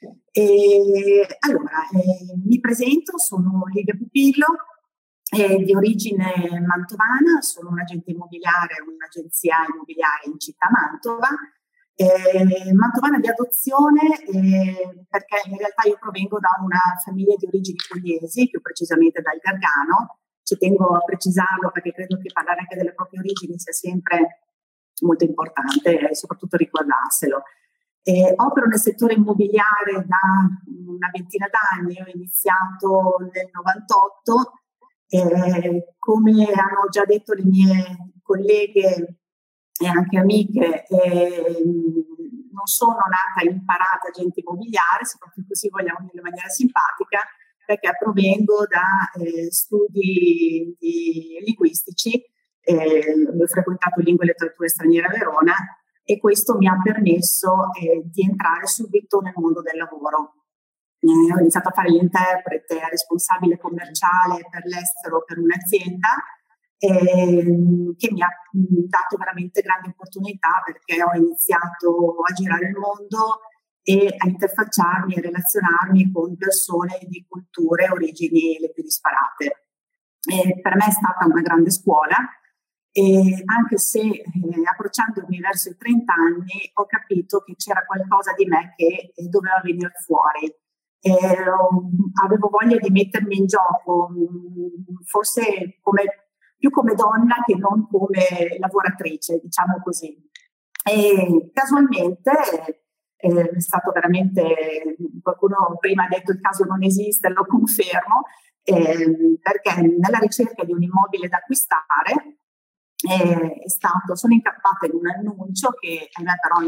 Allora, mi presento, sono Livia Pupillo, di origine mantovana, sono un agente immobiliare, un'agenzia immobiliare in città Mantova. Mantovana di adozione perché in realtà io provengo da una famiglia di origini pugliesi, più precisamente dal Gargano. Ci tengo a precisarlo perché credo che parlare anche delle proprie origini sia sempre molto importante e soprattutto ricordarselo. Opero nel settore immobiliare da una ventina d'anni, ho iniziato nel 98, come hanno già detto le mie colleghe e anche amiche, non sono nata imparata agente immobiliare, se proprio così vogliamo dire in maniera simpatica, perché provengo da studi linguistici, ho frequentato lingue e letterature straniere a Verona e questo mi ha permesso di entrare subito nel mondo del lavoro. Ho iniziato a fare l'interprete, responsabile commerciale per l'estero per un'azienda, che mi ha dato veramente grandi opportunità perché ho iniziato a girare il mondo e a interfacciarmi e relazionarmi con persone di culture e origini le più disparate. Per me è stata una grande scuola, anche se approcciandomi verso i 30 anni ho capito che c'era qualcosa di me che doveva venire fuori. Avevo voglia di mettermi in gioco, forse più come donna che non come lavoratrice, diciamo così. E casualmente è stato veramente, qualcuno prima ha detto il caso non esiste, lo confermo, perché nella ricerca di un immobile da acquistare sono incappata in un annuncio che a me però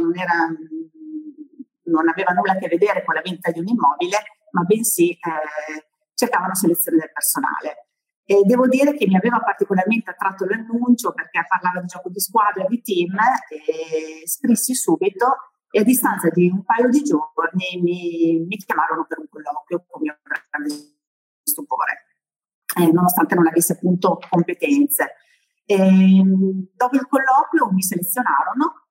non aveva nulla a che vedere con la vendita di un immobile, ma bensì cercavano selezione del personale. E devo dire che mi aveva particolarmente attratto l'annuncio perché parlava di gioco di squadra e di team, e scrissi subito e a distanza di un paio di giorni mi chiamarono per un colloquio con mio grande stupore, nonostante non avessi appunto competenze. Dopo il colloquio mi selezionarono,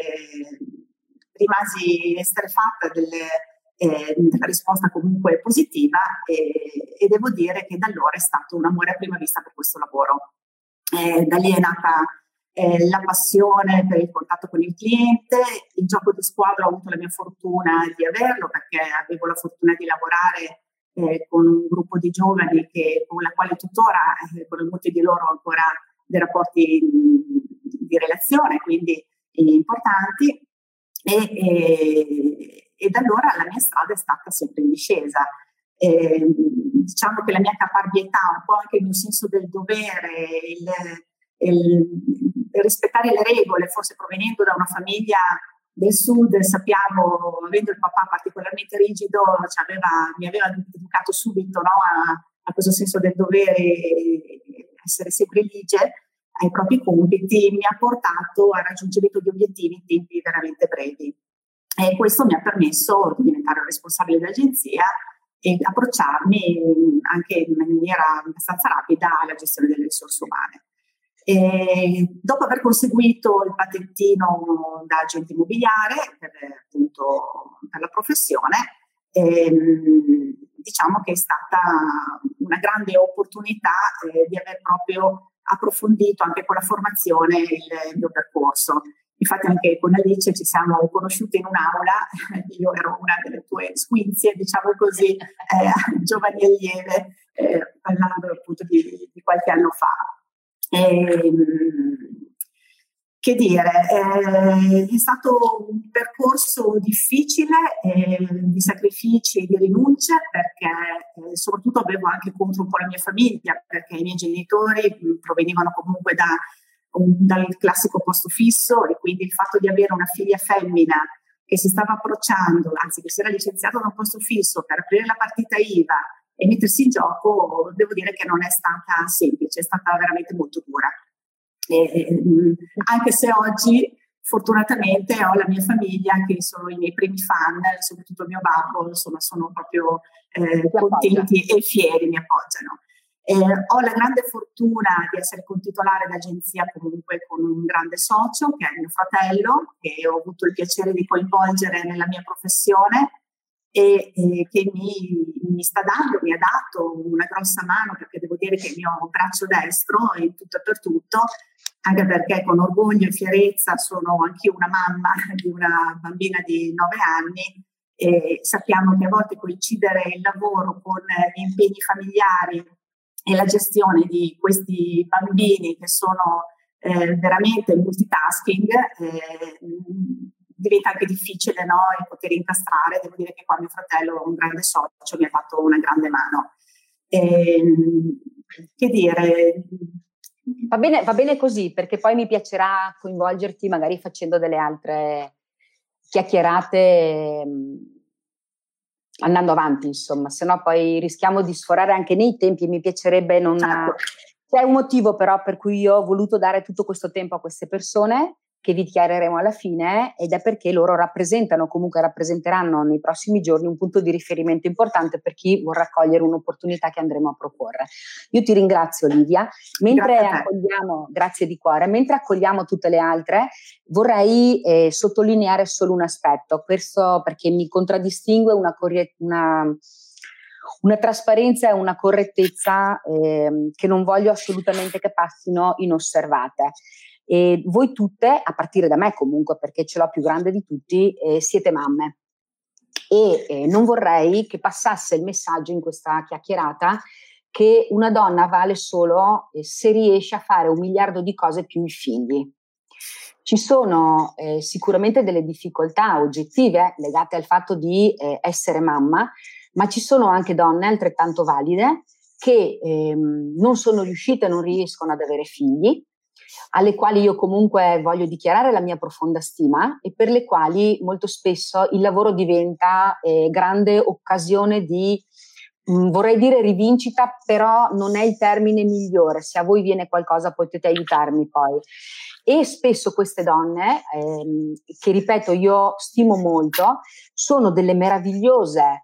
rimasi esterrefatta della risposta comunque positiva e devo dire che da allora è stato un amore a prima vista per questo lavoro. Da lì è nata la passione per il contatto con il cliente, il gioco di squadra ho avuto la mia fortuna di averlo perché avevo la fortuna di lavorare con un gruppo di giovani con la quale tuttora, con molti di loro ancora dei rapporti di relazione, quindi importanti. E da allora la mia strada è stata sempre in discesa. Diciamo che la mia caparbietà, un po' anche il mio senso del dovere, il rispettare le regole, forse provenendo da una famiglia del sud, sappiamo, avendo il papà particolarmente rigido, mi aveva educato subito, no, a questo senso del dovere, essere sempre ligie ai propri compiti, mi ha portato al raggiungimento di obiettivi in tempi veramente brevi. E questo mi ha permesso di diventare responsabile dell'agenzia e approcciarmi anche in maniera abbastanza rapida alla gestione delle risorse umane. E dopo aver conseguito il patentino da agente immobiliare per la professione, diciamo che è stata una grande opportunità di aver proprio approfondito anche con la formazione il mio percorso. Infatti anche con Alice ci siamo conosciute in un'aula, io ero una delle tue squinzie, diciamo così, giovani e lieve, parlando appunto di qualche anno fa. Che dire, è stato un percorso difficile, di sacrifici e di rinunce, perché soprattutto avevo anche contro un po' la mia famiglia, perché i miei genitori provenivano comunque da dal classico posto fisso, e quindi il fatto di avere una figlia femmina che si stava approcciando, anzi che si era licenziata da un posto fisso per aprire la partita IVA e mettersi in gioco, devo dire che non è stata semplice, è stata veramente molto dura. Anche se oggi fortunatamente ho la mia famiglia che sono i miei primi fan, soprattutto il mio babbo, insomma sono proprio contenti e fieri, mi appoggiano. Ho la grande fortuna di essere contitolare d'agenzia comunque con un grande socio che è mio fratello, che ho avuto il piacere di coinvolgere nella mia professione e che mi sta dando, mi ha dato una grossa mano, perché devo dire che è il mio braccio destro in tutto e per tutto, anche perché con orgoglio e fierezza sono anch'io una mamma di una bambina di 9 anni e sappiamo che a volte coincidere il lavoro con gli impegni familiari e la gestione di questi bambini che sono veramente multitasking diventa anche difficile, no? E poter incastrare. Devo dire che qua mio fratello, un grande socio, mi ha fatto una grande mano. Che dire? Va bene così, perché poi mi piacerà coinvolgerti magari facendo delle altre chiacchierate andando avanti, insomma, se no poi rischiamo di sforare anche nei tempi e mi piacerebbe non... C'è un motivo però per cui io ho voluto dare tutto questo tempo a queste persone, che vi chiariremo alla fine, ed è perché loro rappresenteranno nei prossimi giorni un punto di riferimento importante per chi vorrà cogliere un'opportunità che andremo a proporre. Io ti ringrazio, Livia. Grazie di cuore. Mentre accogliamo tutte le altre, vorrei sottolineare solo un aspetto, questo perché mi contraddistingue una trasparenza e una correttezza che non voglio assolutamente che passino inosservate. E voi tutte, a partire da me comunque, perché ce l'ho più grande di tutti, siete mamme. E non vorrei che passasse il messaggio in questa chiacchierata che una donna vale solo se riesce a fare 1 miliardo di cose più i figli. Ci sono sicuramente delle difficoltà oggettive legate al fatto di essere mamma, ma ci sono anche donne altrettanto valide che non sono riuscite, non riescono ad avere figli, alle quali io comunque voglio dichiarare la mia profonda stima e per le quali molto spesso il lavoro diventa grande occasione di, vorrei dire rivincita, però non è il termine migliore. Se a voi viene qualcosa potete aiutarmi poi. E spesso queste donne, che ripeto io stimo molto, sono delle meravigliose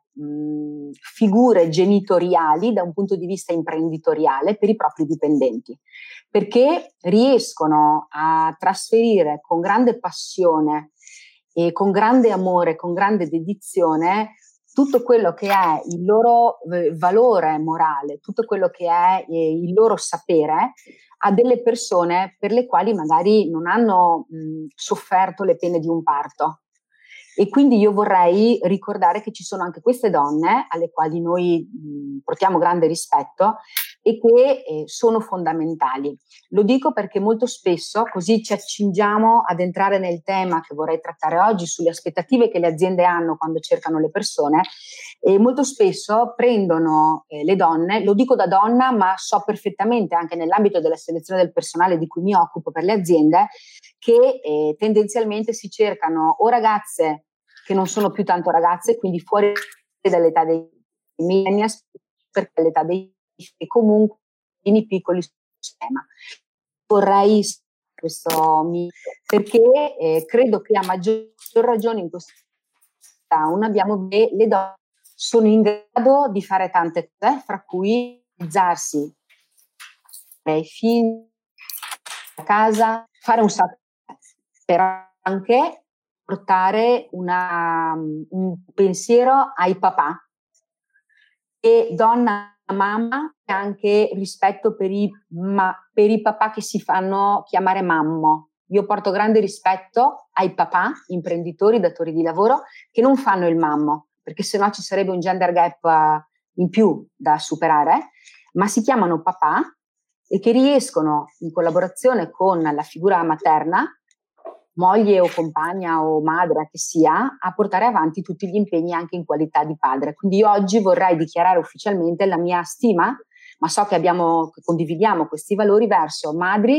figure genitoriali da un punto di vista imprenditoriale per i propri dipendenti, perché riescono a trasferire con grande passione e con grande amore, con grande dedizione tutto quello che è il loro valore morale, tutto quello che è il loro sapere a delle persone per le quali magari non hanno sofferto le pene di un parto. E quindi io vorrei ricordare che ci sono anche queste donne alle quali noi portiamo grande rispetto e che sono fondamentali. Lo dico perché molto spesso, così ci accingiamo ad entrare nel tema che vorrei trattare oggi sulle aspettative che le aziende hanno quando cercano le persone, e molto spesso prendono le donne, lo dico da donna, ma so perfettamente anche nell'ambito della selezione del personale di cui mi occupo per le aziende, che tendenzialmente si cercano o ragazze che non sono più tanto ragazze, quindi fuori dall'età dei millennials, perché l'età dei e comunque i piccoli sistema. Vorrei questo perché credo che a maggior ragione in questo town abbiamo che le donne sono in grado di fare tante cose, fra cui realizzarsi ai figli, a casa, fare un sacco, però anche portare un pensiero ai papà e donna mamma e anche rispetto per i papà che si fanno chiamare mammo. Io porto grande rispetto ai papà, imprenditori, datori di lavoro, che non fanno il mammo, perché sennò ci sarebbe un gender gap in più da superare, ma si chiamano papà e che riescono, in collaborazione con la figura materna, moglie o compagna o madre che sia, a portare avanti tutti gli impegni anche in qualità di padre. Quindi io oggi vorrei dichiarare ufficialmente la mia stima, ma so che condividiamo questi valori verso madri,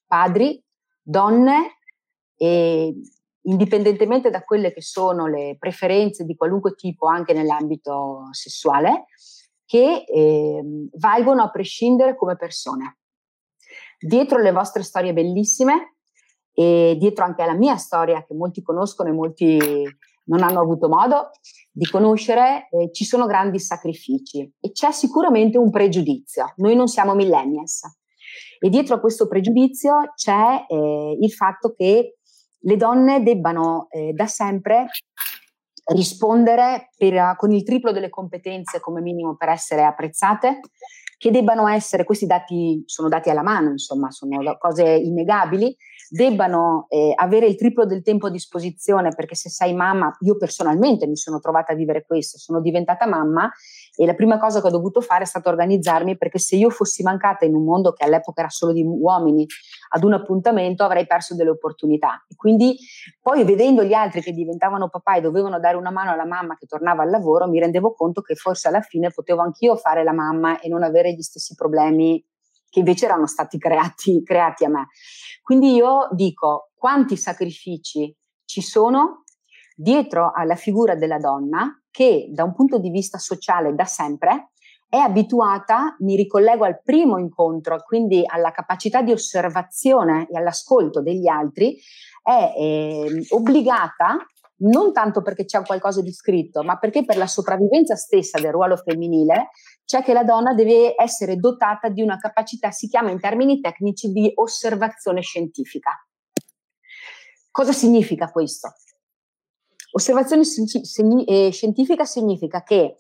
padri, donne, e indipendentemente da quelle che sono le preferenze di qualunque tipo anche nell'ambito sessuale, che valgono a prescindere come persone. Dietro le vostre storie bellissime e dietro anche alla mia storia, che molti conoscono e molti non hanno avuto modo di conoscere, ci sono grandi sacrifici e c'è sicuramente un pregiudizio. Noi non siamo millennials e dietro a questo pregiudizio c'è il fatto che le donne debbano da sempre rispondere con il triplo delle competenze come minimo per essere apprezzate, che debbano essere, questi dati sono dati alla mano, insomma, sono cose innegabili, debbano avere il triplo del tempo a disposizione, perché se sei mamma, io personalmente mi sono trovata a vivere questo, sono diventata mamma e la prima cosa che ho dovuto fare è stata organizzarmi, perché se io fossi mancata in un mondo che all'epoca era solo di uomini ad un appuntamento avrei perso delle opportunità. E quindi poi vedendo gli altri che diventavano papà e dovevano dare una mano alla mamma che tornava al lavoro, mi rendevo conto che forse alla fine potevo anch'io fare la mamma e non avere gli stessi problemi che invece erano stati creati a me. Quindi io dico, quanti sacrifici ci sono dietro alla figura della donna che da un punto di vista sociale da sempre è abituata, mi ricollego al primo incontro, quindi alla capacità di osservazione e all'ascolto degli altri, è obbligata, non tanto perché c'è qualcosa di scritto, ma perché per la sopravvivenza stessa del ruolo femminile c'è che la donna deve essere dotata di una capacità, si chiama in termini tecnici, di osservazione scientifica. Cosa significa questo? Osservazione scientifica significa che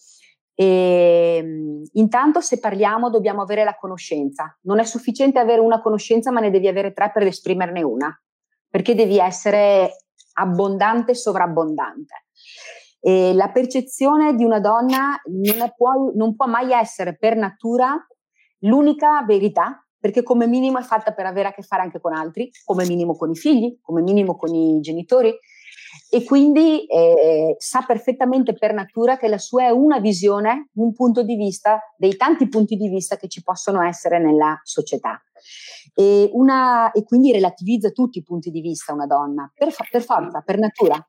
intanto se parliamo dobbiamo avere la conoscenza. Non è sufficiente avere una conoscenza, ma ne devi avere 3 per esprimerne una, perché devi essere abbondante e sovrabbondante. E la percezione di una donna non può mai essere per natura l'unica verità, perché come minimo è fatta per avere a che fare anche con altri, come minimo con i figli, come minimo con i genitori, e quindi sa perfettamente per natura che la sua è una visione, un punto di vista dei tanti punti di vista che ci possono essere nella società. E quindi relativizza tutti i punti di vista una donna, per forza, per natura.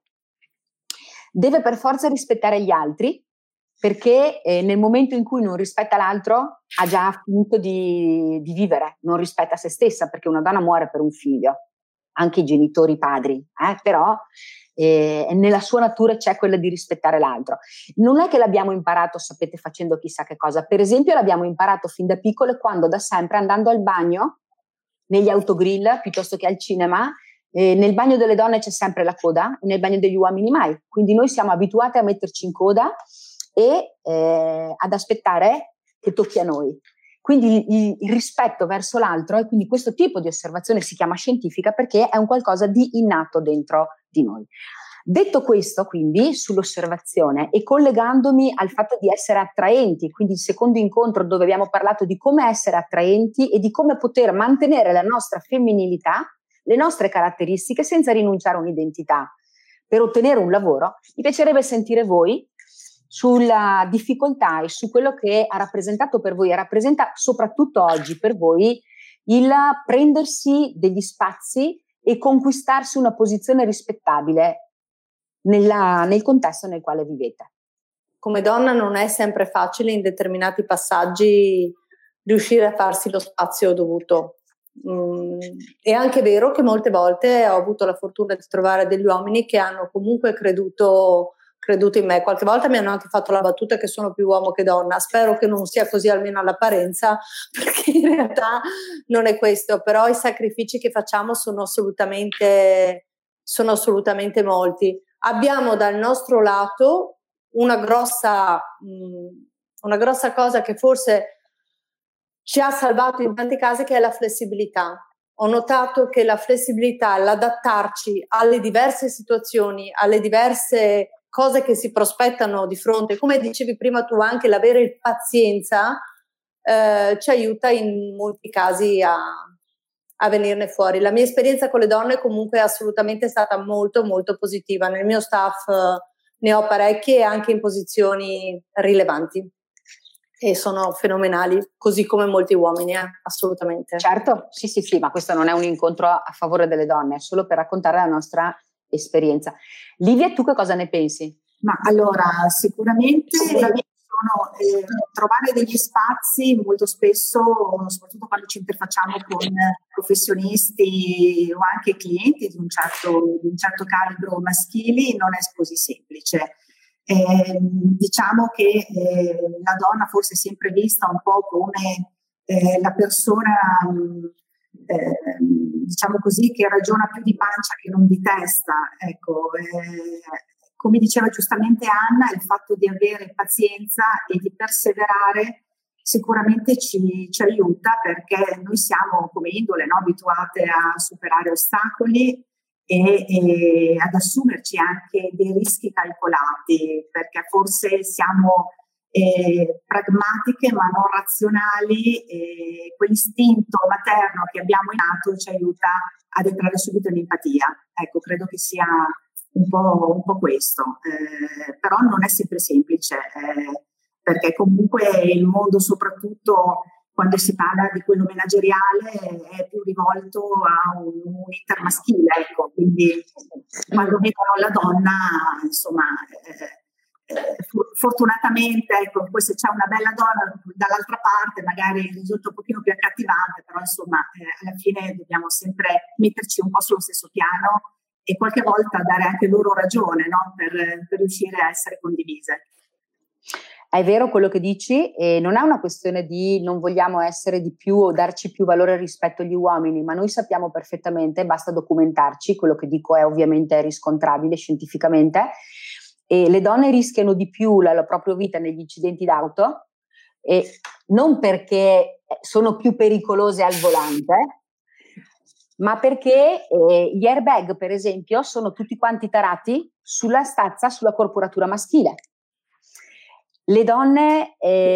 Deve per forza rispettare gli altri, perché nel momento in cui non rispetta l'altro ha già finito di vivere, non rispetta se stessa, perché una donna muore per un figlio, anche i genitori, i padri, però nella sua natura c'è quella di rispettare l'altro. Non è che l'abbiamo imparato, sapete, facendo chissà che cosa. Per esempio l'abbiamo imparato fin da piccole, quando da sempre andando al bagno, negli autogrill piuttosto che al cinema, nel bagno delle donne c'è sempre la coda, nel bagno degli uomini mai. Quindi noi siamo abituati a metterci in coda e ad aspettare che tocchi a noi. Quindi il rispetto verso l'altro, e quindi questo tipo di osservazione si chiama scientifica perché è un qualcosa di innato dentro di noi. Detto questo, quindi, sull'osservazione e collegandomi al fatto di essere attraenti, quindi il secondo incontro dove abbiamo parlato di come essere attraenti e di come poter mantenere la nostra femminilità, le nostre caratteristiche senza rinunciare a un'identità per ottenere un lavoro, mi piacerebbe sentire voi sulla difficoltà e su quello che ha rappresentato per voi e rappresenta soprattutto oggi per voi il prendersi degli spazi e conquistarsi una posizione rispettabile nel contesto nel quale vivete. Come donna non è sempre facile in determinati passaggi riuscire a farsi lo spazio dovuto. È anche vero che molte volte ho avuto la fortuna di trovare degli uomini che hanno comunque creduto in me. Qualche volta mi hanno anche fatto la battuta che sono più uomo che donna. Spero che non sia così, almeno all'apparenza, perché in realtà non è questo. Però i sacrifici che facciamo sono assolutamente molti. Abbiamo dal nostro lato una grossa cosa che forse ci ha salvato in tanti casi, che è la flessibilità. Ho notato che la flessibilità, l'adattarci alle diverse situazioni, alle diverse cose che si prospettano di fronte, come dicevi prima tu, anche l'avere pazienza ci aiuta in molti casi a venirne fuori. La mia esperienza con le donne comunque è assolutamente stata molto molto positiva. Nel mio staff ne ho parecchie, anche in posizioni rilevanti. E sono fenomenali, così come molti uomini, assolutamente. Certo, sì, ma questo non è un incontro a favore delle donne, è solo per raccontare la nostra esperienza. Livia, tu che cosa ne pensi? Ma allora, sicuramente sono trovare degli spazi molto spesso, soprattutto quando ci interfacciamo con professionisti o anche clienti di un certo calibro maschili, non è così semplice. Diciamo che la donna forse è sempre vista un po' come la persona, diciamo così, che ragiona più di pancia che non di testa. Ecco, come diceva giustamente Anna, il fatto di avere pazienza e di perseverare sicuramente ci aiuta, perché noi siamo come indole, no, abituate a superare ostacoli e ad assumerci anche dei rischi calcolati, perché forse siamo pragmatiche ma non razionali, e quell'istinto materno che abbiamo innato ci aiuta ad entrare subito in empatia. Ecco, credo che sia un po' questo, però non è sempre semplice, perché comunque il mondo, soprattutto quando si parla di quello manageriale, è più rivolto a un intermaschile, ecco. Quindi quando vedono la donna, insomma, fortunatamente, ecco, poi se c'è una bella donna dall'altra parte magari risulta un pochino più accattivante, però insomma alla fine dobbiamo sempre metterci un po' sullo stesso piano e qualche volta dare anche loro ragione, no? per riuscire a essere condivise. È vero quello che dici, e non è una questione di non vogliamo essere di più o darci più valore rispetto agli uomini, ma noi sappiamo perfettamente, basta documentarci, quello che dico è ovviamente riscontrabile scientificamente, e le donne rischiano di più la propria vita negli incidenti d'auto, e non perché sono più pericolose al volante, ma perché gli airbag, per esempio, sono tutti quanti tarati sulla stazza, sulla corporatura maschile. Le donne,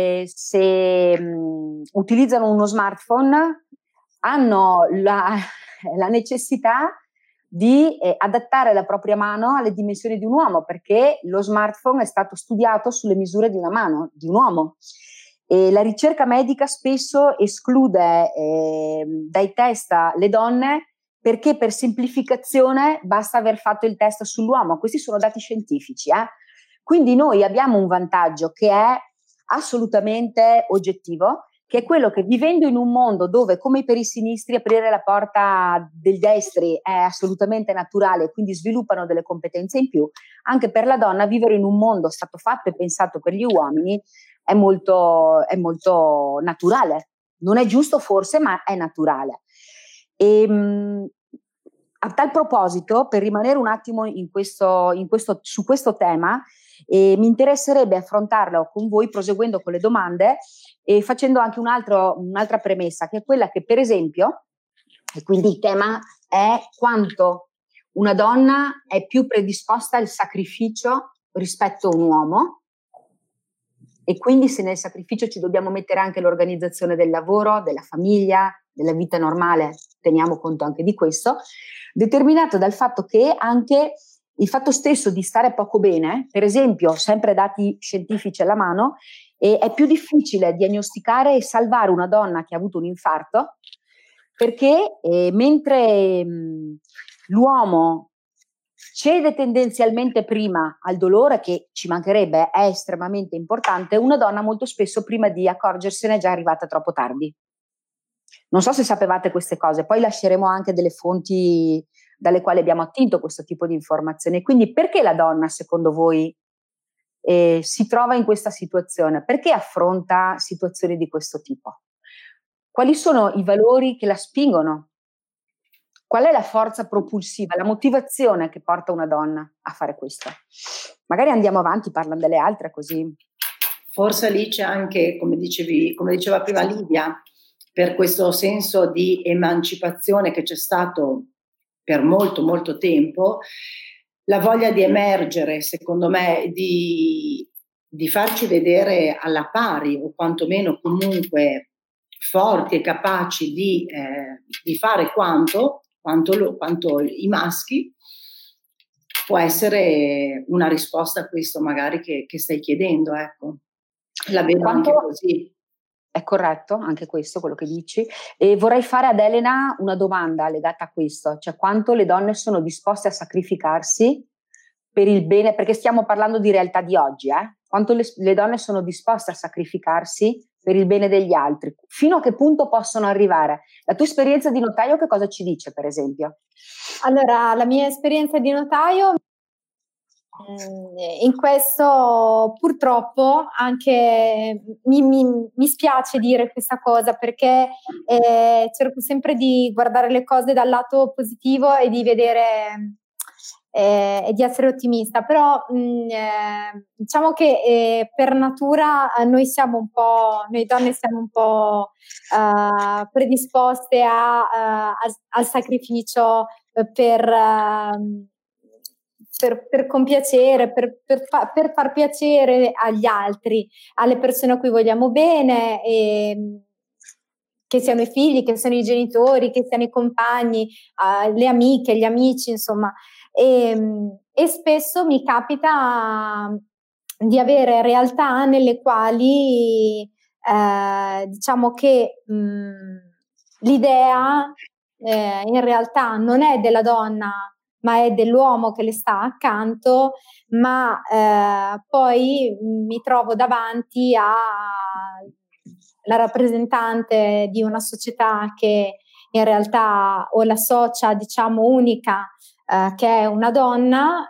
se utilizzano uno smartphone, hanno la necessità di adattare la propria mano alle dimensioni di un uomo, perché lo smartphone è stato studiato sulle misure di una mano, di un uomo. E la ricerca medica spesso esclude dai test le donne perché per semplificazione basta aver fatto il test sull'uomo. Questi sono dati scientifici, Quindi noi abbiamo un vantaggio che è assolutamente oggettivo, che è quello che, vivendo in un mondo dove, come per i sinistri, aprire la porta dei destri è assolutamente naturale, quindi sviluppano delle competenze in più, anche per la donna vivere in un mondo stato fatto e pensato per gli uomini è molto naturale. Non è giusto forse, ma è naturale. A tal proposito, per rimanere un attimo su questo tema, mi interesserebbe affrontarlo con voi proseguendo con le domande e facendo anche un'altra premessa, che è quella che, per esempio, e quindi il tema è quanto una donna è più predisposta al sacrificio rispetto a un uomo, e quindi se nel sacrificio ci dobbiamo mettere anche l'organizzazione del lavoro, della famiglia, della vita normale, teniamo conto anche di questo, determinato dal fatto che anche il fatto stesso di stare poco bene, per esempio, sempre dati scientifici alla mano, è più difficile diagnosticare e salvare una donna che ha avuto un infarto, perché mentre l'uomo cede tendenzialmente prima al dolore, che ci mancherebbe, è estremamente importante, una donna molto spesso prima di accorgersene è già arrivata troppo tardi. Non so se sapevate queste cose, poi lasceremo anche delle fonti dalle quali abbiamo attinto questo tipo di informazioni. Quindi perché la donna, secondo voi, si trova in questa situazione? Perché affronta situazioni di questo tipo? Quali sono i valori che la spingono? Qual è la forza propulsiva, la motivazione che porta una donna a fare questo? Magari andiamo avanti, parlando delle altre, così. Forse lì c'è anche, come diceva prima Livia, per questo senso di emancipazione che c'è stato per molto molto tempo, la voglia di emergere, secondo me, di farci vedere alla pari o quantomeno comunque forti e capaci di fare quanto i maschi, può essere una risposta a questo magari che stai chiedendo, ecco. La vedo anche così. È corretto anche questo, quello che dici. E vorrei fare ad Elena una domanda legata a questo, cioè quanto le donne sono disposte a sacrificarsi per il bene, perché stiamo parlando di realtà di oggi, quanto le donne sono disposte a sacrificarsi per il bene degli altri, fino a che punto possono arrivare. La tua esperienza di notaio che cosa ci dice, per esempio? Allora, la mia esperienza di notaio, in questo purtroppo anche mi spiace dire questa cosa, perché cerco sempre di guardare le cose dal lato positivo e di vedere e di essere ottimista, però diciamo che per natura noi donne siamo un po' predisposte al sacrificio per compiacere, per far piacere agli altri, alle persone a cui vogliamo bene, che siano i figli, che siano i genitori, che siano i compagni, le amiche, gli amici, insomma. E spesso mi capita di avere realtà nelle quali diciamo che l'idea in realtà non è della donna, ma è dell'uomo che le sta accanto, ma poi mi trovo davanti alla rappresentante di una società che in realtà, o la socia, diciamo, unica, che è una donna,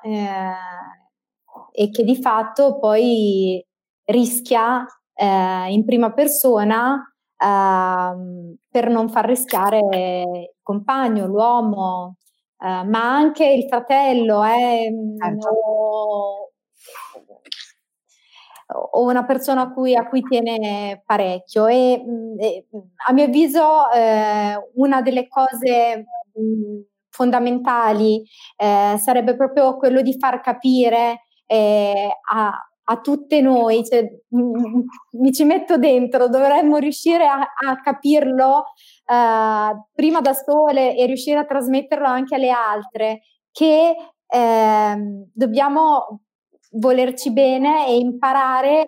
e che di fatto poi rischia in prima persona per non far rischiare il compagno, l'uomo, ma anche il fratello, o una persona a cui tiene parecchio. E a mio avviso una delle cose fondamentali sarebbe proprio quello di far capire a tutte noi, cioè, mi ci metto dentro, dovremmo riuscire a capirlo prima da sole e riuscire a trasmetterlo anche alle altre, che dobbiamo volerci bene e imparare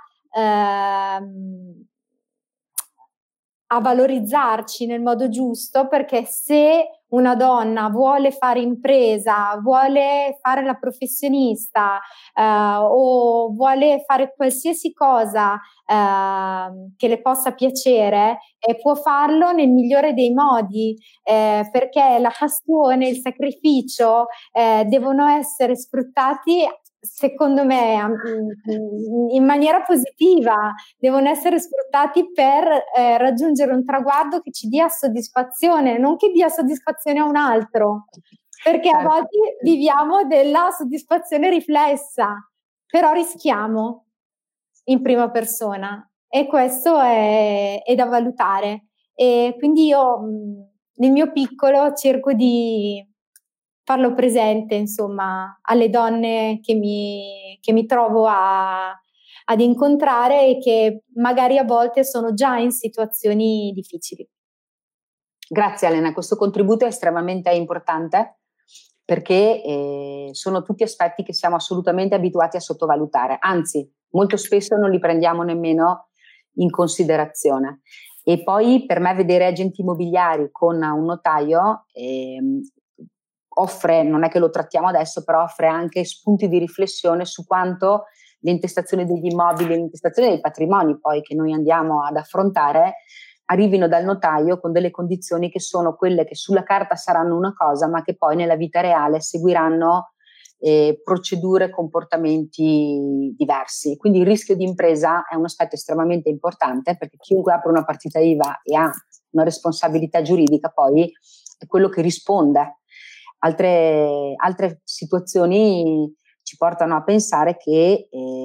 a valorizzarci nel modo giusto, perché se una donna vuole fare impresa, vuole fare la professionista o vuole fare qualsiasi cosa che le possa piacere, può farlo nel migliore dei modi, perché la passione, il sacrificio devono essere sfruttati, secondo me, in maniera positiva, devono essere sfruttati per raggiungere un traguardo che ci dia soddisfazione, non che dia soddisfazione a un altro, perché a volte viviamo della soddisfazione riflessa, però rischiamo in prima persona, e questo è da valutare. E quindi io nel mio piccolo cerco di farlo presente, insomma, alle donne che mi trovo ad incontrare e che magari a volte sono già in situazioni difficili. Grazie Elena, questo contributo è estremamente importante, perché sono tutti aspetti che siamo assolutamente abituati a sottovalutare, anzi molto spesso non li prendiamo nemmeno in considerazione. E poi per me vedere agenti immobiliari con un notaio offre, non è che lo trattiamo adesso, però offre anche spunti di riflessione su quanto l'intestazione degli immobili, l'intestazione dei patrimoni poi che noi andiamo ad affrontare arrivino dal notaio con delle condizioni che sono quelle che sulla carta saranno una cosa, ma che poi nella vita reale seguiranno procedure, comportamenti diversi. Quindi il rischio di impresa è un aspetto estremamente importante, perché chiunque apre una partita IVA e ha una responsabilità giuridica poi è quello che risponde. Altre situazioni ci portano a pensare che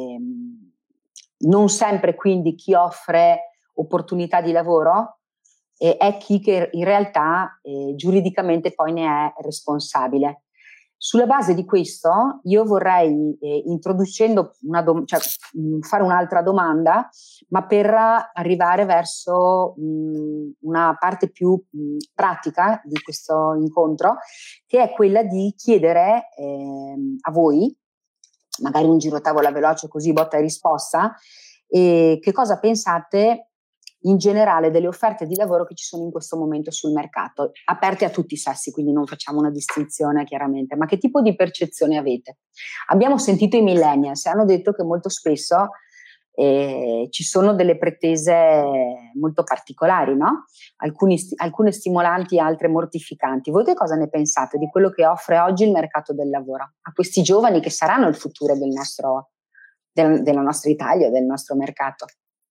non sempre quindi chi offre opportunità di lavoro è chi che in realtà giuridicamente poi ne è responsabile. Sulla base di questo io vorrei, introducendo fare un'altra domanda, ma per arrivare verso una parte più pratica di questo incontro, che è quella di chiedere a voi, magari un giro tavola veloce così botta e risposta, e che cosa pensate in generale delle offerte di lavoro che ci sono in questo momento sul mercato, aperte a tutti i sessi, quindi non facciamo una distinzione chiaramente, ma che tipo di percezione avete? Abbiamo sentito i millennials, hanno detto che molto spesso ci sono delle pretese molto particolari, no? Alcune stimolanti, altre mortificanti. Voi che cosa ne pensate di quello che offre oggi il mercato del lavoro a questi giovani che saranno il futuro della nostra Italia, del nostro mercato?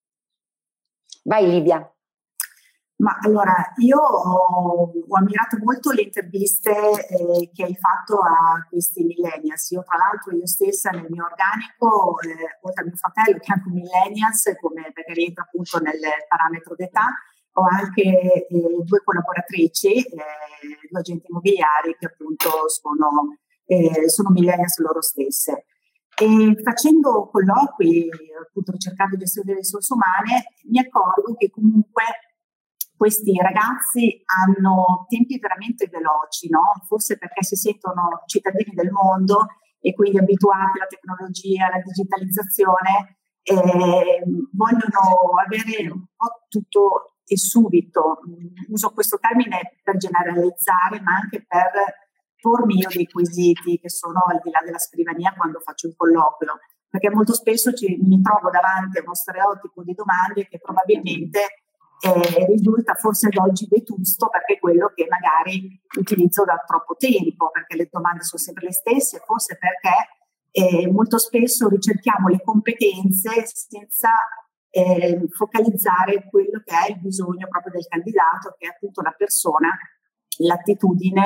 Vai Livia. Ma allora, io ho ammirato molto le interviste che hai fatto a questi millennials. Io stessa nel mio organico, oltre a mio fratello che è anche un millennials, perché rientra appunto nel parametro d'età, ho anche 2 collaboratrici, 2 agenti immobiliari che appunto sono millennials loro stesse. E facendo colloqui, appunto ricercando gestione delle risorse umane, mi accorgo che comunque questi ragazzi hanno tempi veramente veloci, no? Forse perché si sentono cittadini del mondo e quindi abituati alla tecnologia, alla digitalizzazione, vogliono avere un po' tutto e subito. Uso questo termine per generalizzare, ma anche per pormi io dei quesiti che sono al di là della scrivania quando faccio un colloquio, perché molto spesso mi trovo davanti a uno stereotipo di domande che probabilmente risulta forse ad oggi vetusto, perché è quello che magari utilizzo da troppo tempo, perché le domande sono sempre le stesse, forse perché molto spesso ricerchiamo le competenze senza focalizzare quello che è il bisogno proprio del candidato, che è appunto la persona, l'attitudine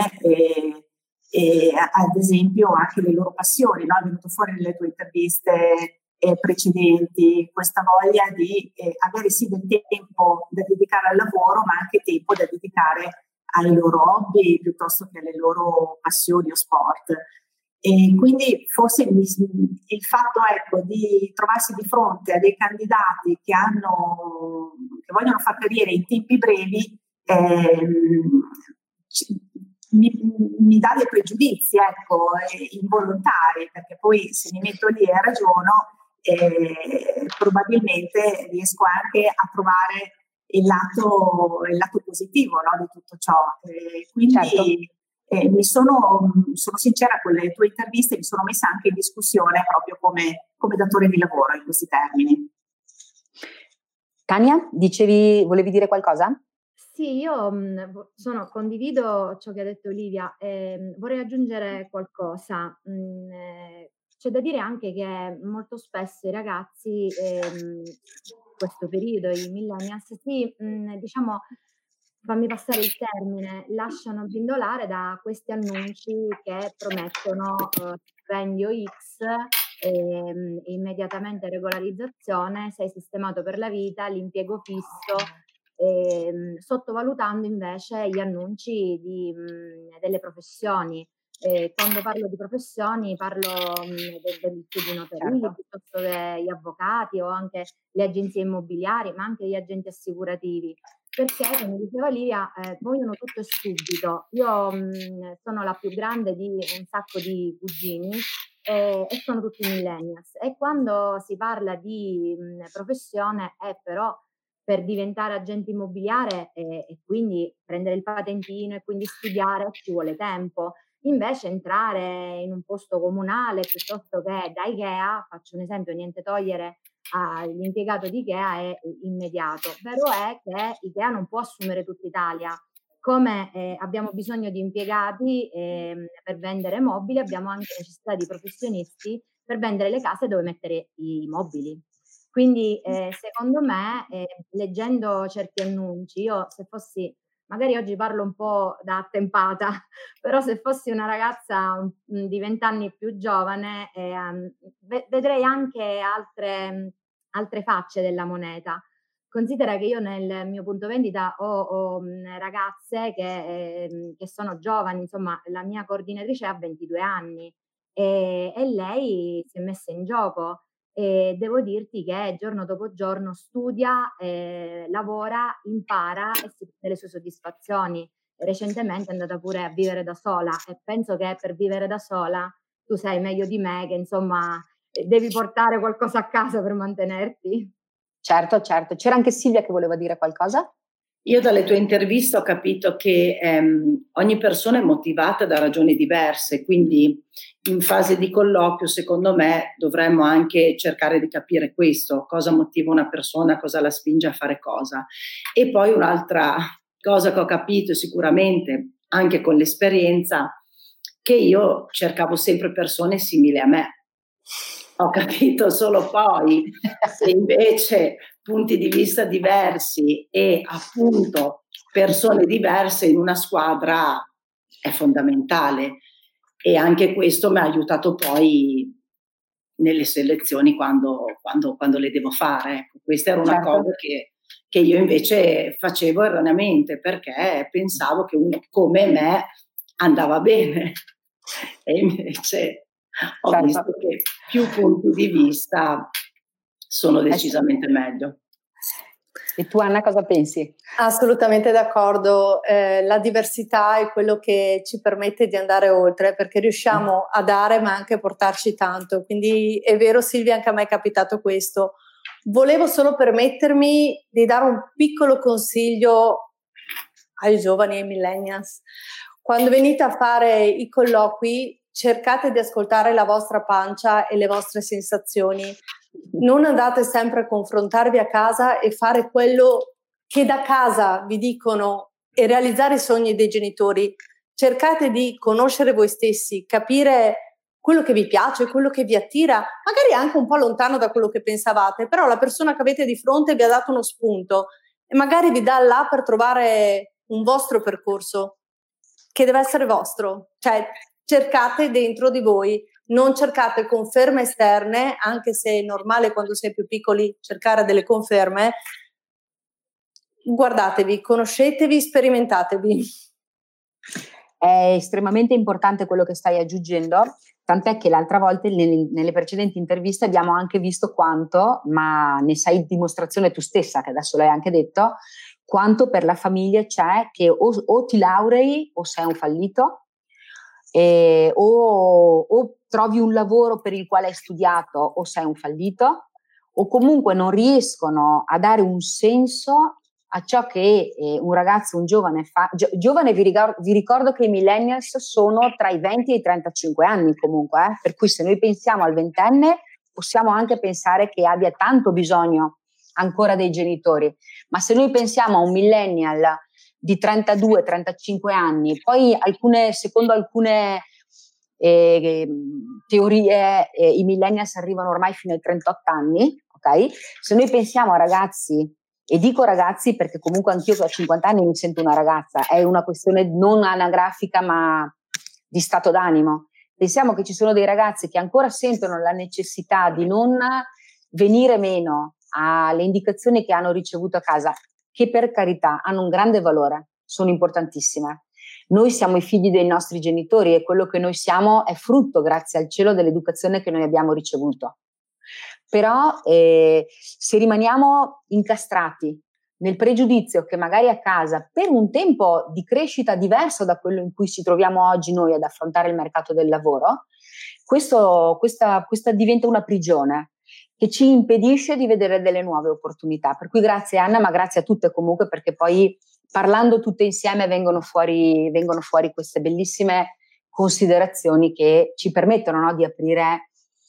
e ad esempio anche le loro passioni, no? È venuto fuori nelle tue interviste precedenti questa voglia di avere sì del tempo da dedicare al lavoro, ma anche tempo da dedicare ai loro hobby piuttosto che alle loro passioni o sport. E quindi forse il fatto, ecco, di trovarsi di fronte a dei candidati che vogliono far carriera in tempi brevi mi dà dei pregiudizi, ecco, involontari, perché poi se mi metto lì e ragiono probabilmente riesco anche a trovare il lato positivo, no, di tutto ciò. Quindi certo. Sono sincera con le tue interviste, mi sono messa anche in discussione proprio come datore di lavoro in questi termini. Tania, volevi dire qualcosa? Sì, io condivido ciò che ha detto Olivia, vorrei aggiungere qualcosa. C'è da dire anche che molto spesso i ragazzi, in questo periodo, i millennials, diciamo, fammi passare il termine, lasciano abbindolare da questi annunci che promettono stipendio X, immediatamente regolarizzazione, sei sistemato per la vita, l'impiego fisso, sottovalutando invece gli annunci delle professioni. Quando parlo di professioni parlo degli studi notarili, certo, piuttosto che gli avvocati o anche le agenzie immobiliari, ma anche gli agenti assicurativi, perché, come diceva Livia, vogliono tutto e subito. Io sono la più grande di un sacco di cugini e sono tutti millennials, e quando si parla di professione però per diventare agente immobiliare e quindi prendere il patentino e quindi studiare ci vuole tempo. Invece entrare in un posto comunale piuttosto che da IKEA, faccio un esempio, niente togliere all'impiegato di IKEA, è immediato. Vero è che IKEA non può assumere tutta Italia. Come abbiamo bisogno di impiegati per vendere mobili, abbiamo anche necessità di professionisti per vendere le case dove mettere i mobili. Quindi secondo me, leggendo certi annunci, io se fossi, magari oggi parlo un po' da attempata, però se fossi una ragazza di 20 anni più giovane, vedrei anche altre facce della moneta. Considera che io nel mio punto vendita ho ragazze che sono giovani, insomma la mia coordinatrice ha 22 anni e lei si è messa in gioco. E devo dirti che giorno dopo giorno studia, lavora, impara e si prende le sue soddisfazioni. Recentemente è andata pure a vivere da sola e penso che per vivere da sola tu sai meglio di me che insomma devi portare qualcosa a casa per mantenerti. Certo. C'era anche Silvia che voleva dire qualcosa? Io dalle tue interviste ho capito che ogni persona è motivata da ragioni diverse, quindi in fase di colloquio, secondo me, dovremmo anche cercare di capire questo, cosa motiva una persona, cosa la spinge a fare cosa. E poi un'altra cosa che ho capito sicuramente, anche con l'esperienza, che io cercavo sempre persone simili a me. Ho capito solo poi che invece punti di vista diversi e appunto persone diverse in una squadra è fondamentale, e anche questo mi ha aiutato poi nelle selezioni quando le devo fare. Ecco, questa era una cosa che io invece facevo erroneamente, perché pensavo che uno come me andava bene e invece ho visto che più punti di vista sono decisamente meglio. E tu, Anna, cosa pensi? Assolutamente d'accordo, la diversità è quello che ci permette di andare oltre, perché riusciamo a dare ma anche a portarci tanto, quindi è vero Silvia, anche a me è capitato questo. Volevo solo permettermi di dare un piccolo consiglio ai giovani, ai millennials. Quando venite a fare i colloqui, cercate di ascoltare la vostra pancia e le vostre sensazioni. Non andate sempre a confrontarvi a casa e fare quello che da casa vi dicono e realizzare i sogni dei genitori. Cercate di conoscere voi stessi, capire quello che vi piace, quello che vi attira, magari anche un po' lontano da quello che pensavate, però la persona che avete di fronte vi ha dato uno spunto e magari vi dà là per trovare un vostro percorso che deve essere vostro. Cioè, cercate dentro di voi, non cercate conferme esterne, anche se è normale quando si è più piccoli cercare delle conferme. Guardatevi, conoscetevi, sperimentatevi. È estremamente importante quello che stai aggiungendo, tant'è che l'altra volta nelle precedenti interviste abbiamo anche visto quanto, ma ne sai dimostrazione tu stessa, che adesso l'hai anche detto, quanto per la famiglia c'è che o ti laurei o sei un fallito, o trovi un lavoro per il quale hai studiato o sei un fallito, o comunque non riescono a dare un senso a ciò che un ragazzo, un giovane fa. Giovane, vi ricordo che i millennials sono tra i 20 e i 35 anni comunque, per cui se noi pensiamo al ventenne possiamo anche pensare che abbia tanto bisogno ancora dei genitori, ma se noi pensiamo a un millennial di 32-35 anni, poi secondo alcune teorie i millennials arrivano ormai fino ai 38 anni, ok? Se noi pensiamo a ragazzi, e dico ragazzi perché comunque anch'io che ho 50 anni mi sento una ragazza, è una questione non anagrafica ma di stato d'animo. Pensiamo che ci sono dei ragazzi che ancora sentono la necessità di non venire meno alle indicazioni che hanno ricevuto a casa, che per carità hanno un grande valore, sono importantissime. Noi siamo i figli dei nostri genitori e quello che noi siamo è frutto, grazie al cielo, dell'educazione che noi abbiamo ricevuto. Però se rimaniamo incastrati nel pregiudizio che magari a casa, per un tempo di crescita diverso da quello in cui ci troviamo oggi noi ad affrontare il mercato del lavoro, questa diventa una prigione che ci impedisce di vedere delle nuove opportunità. Per cui grazie Anna, ma grazie a tutte comunque, perché poi parlando tutte insieme vengono fuori queste bellissime considerazioni che ci permettono, no, di aprire,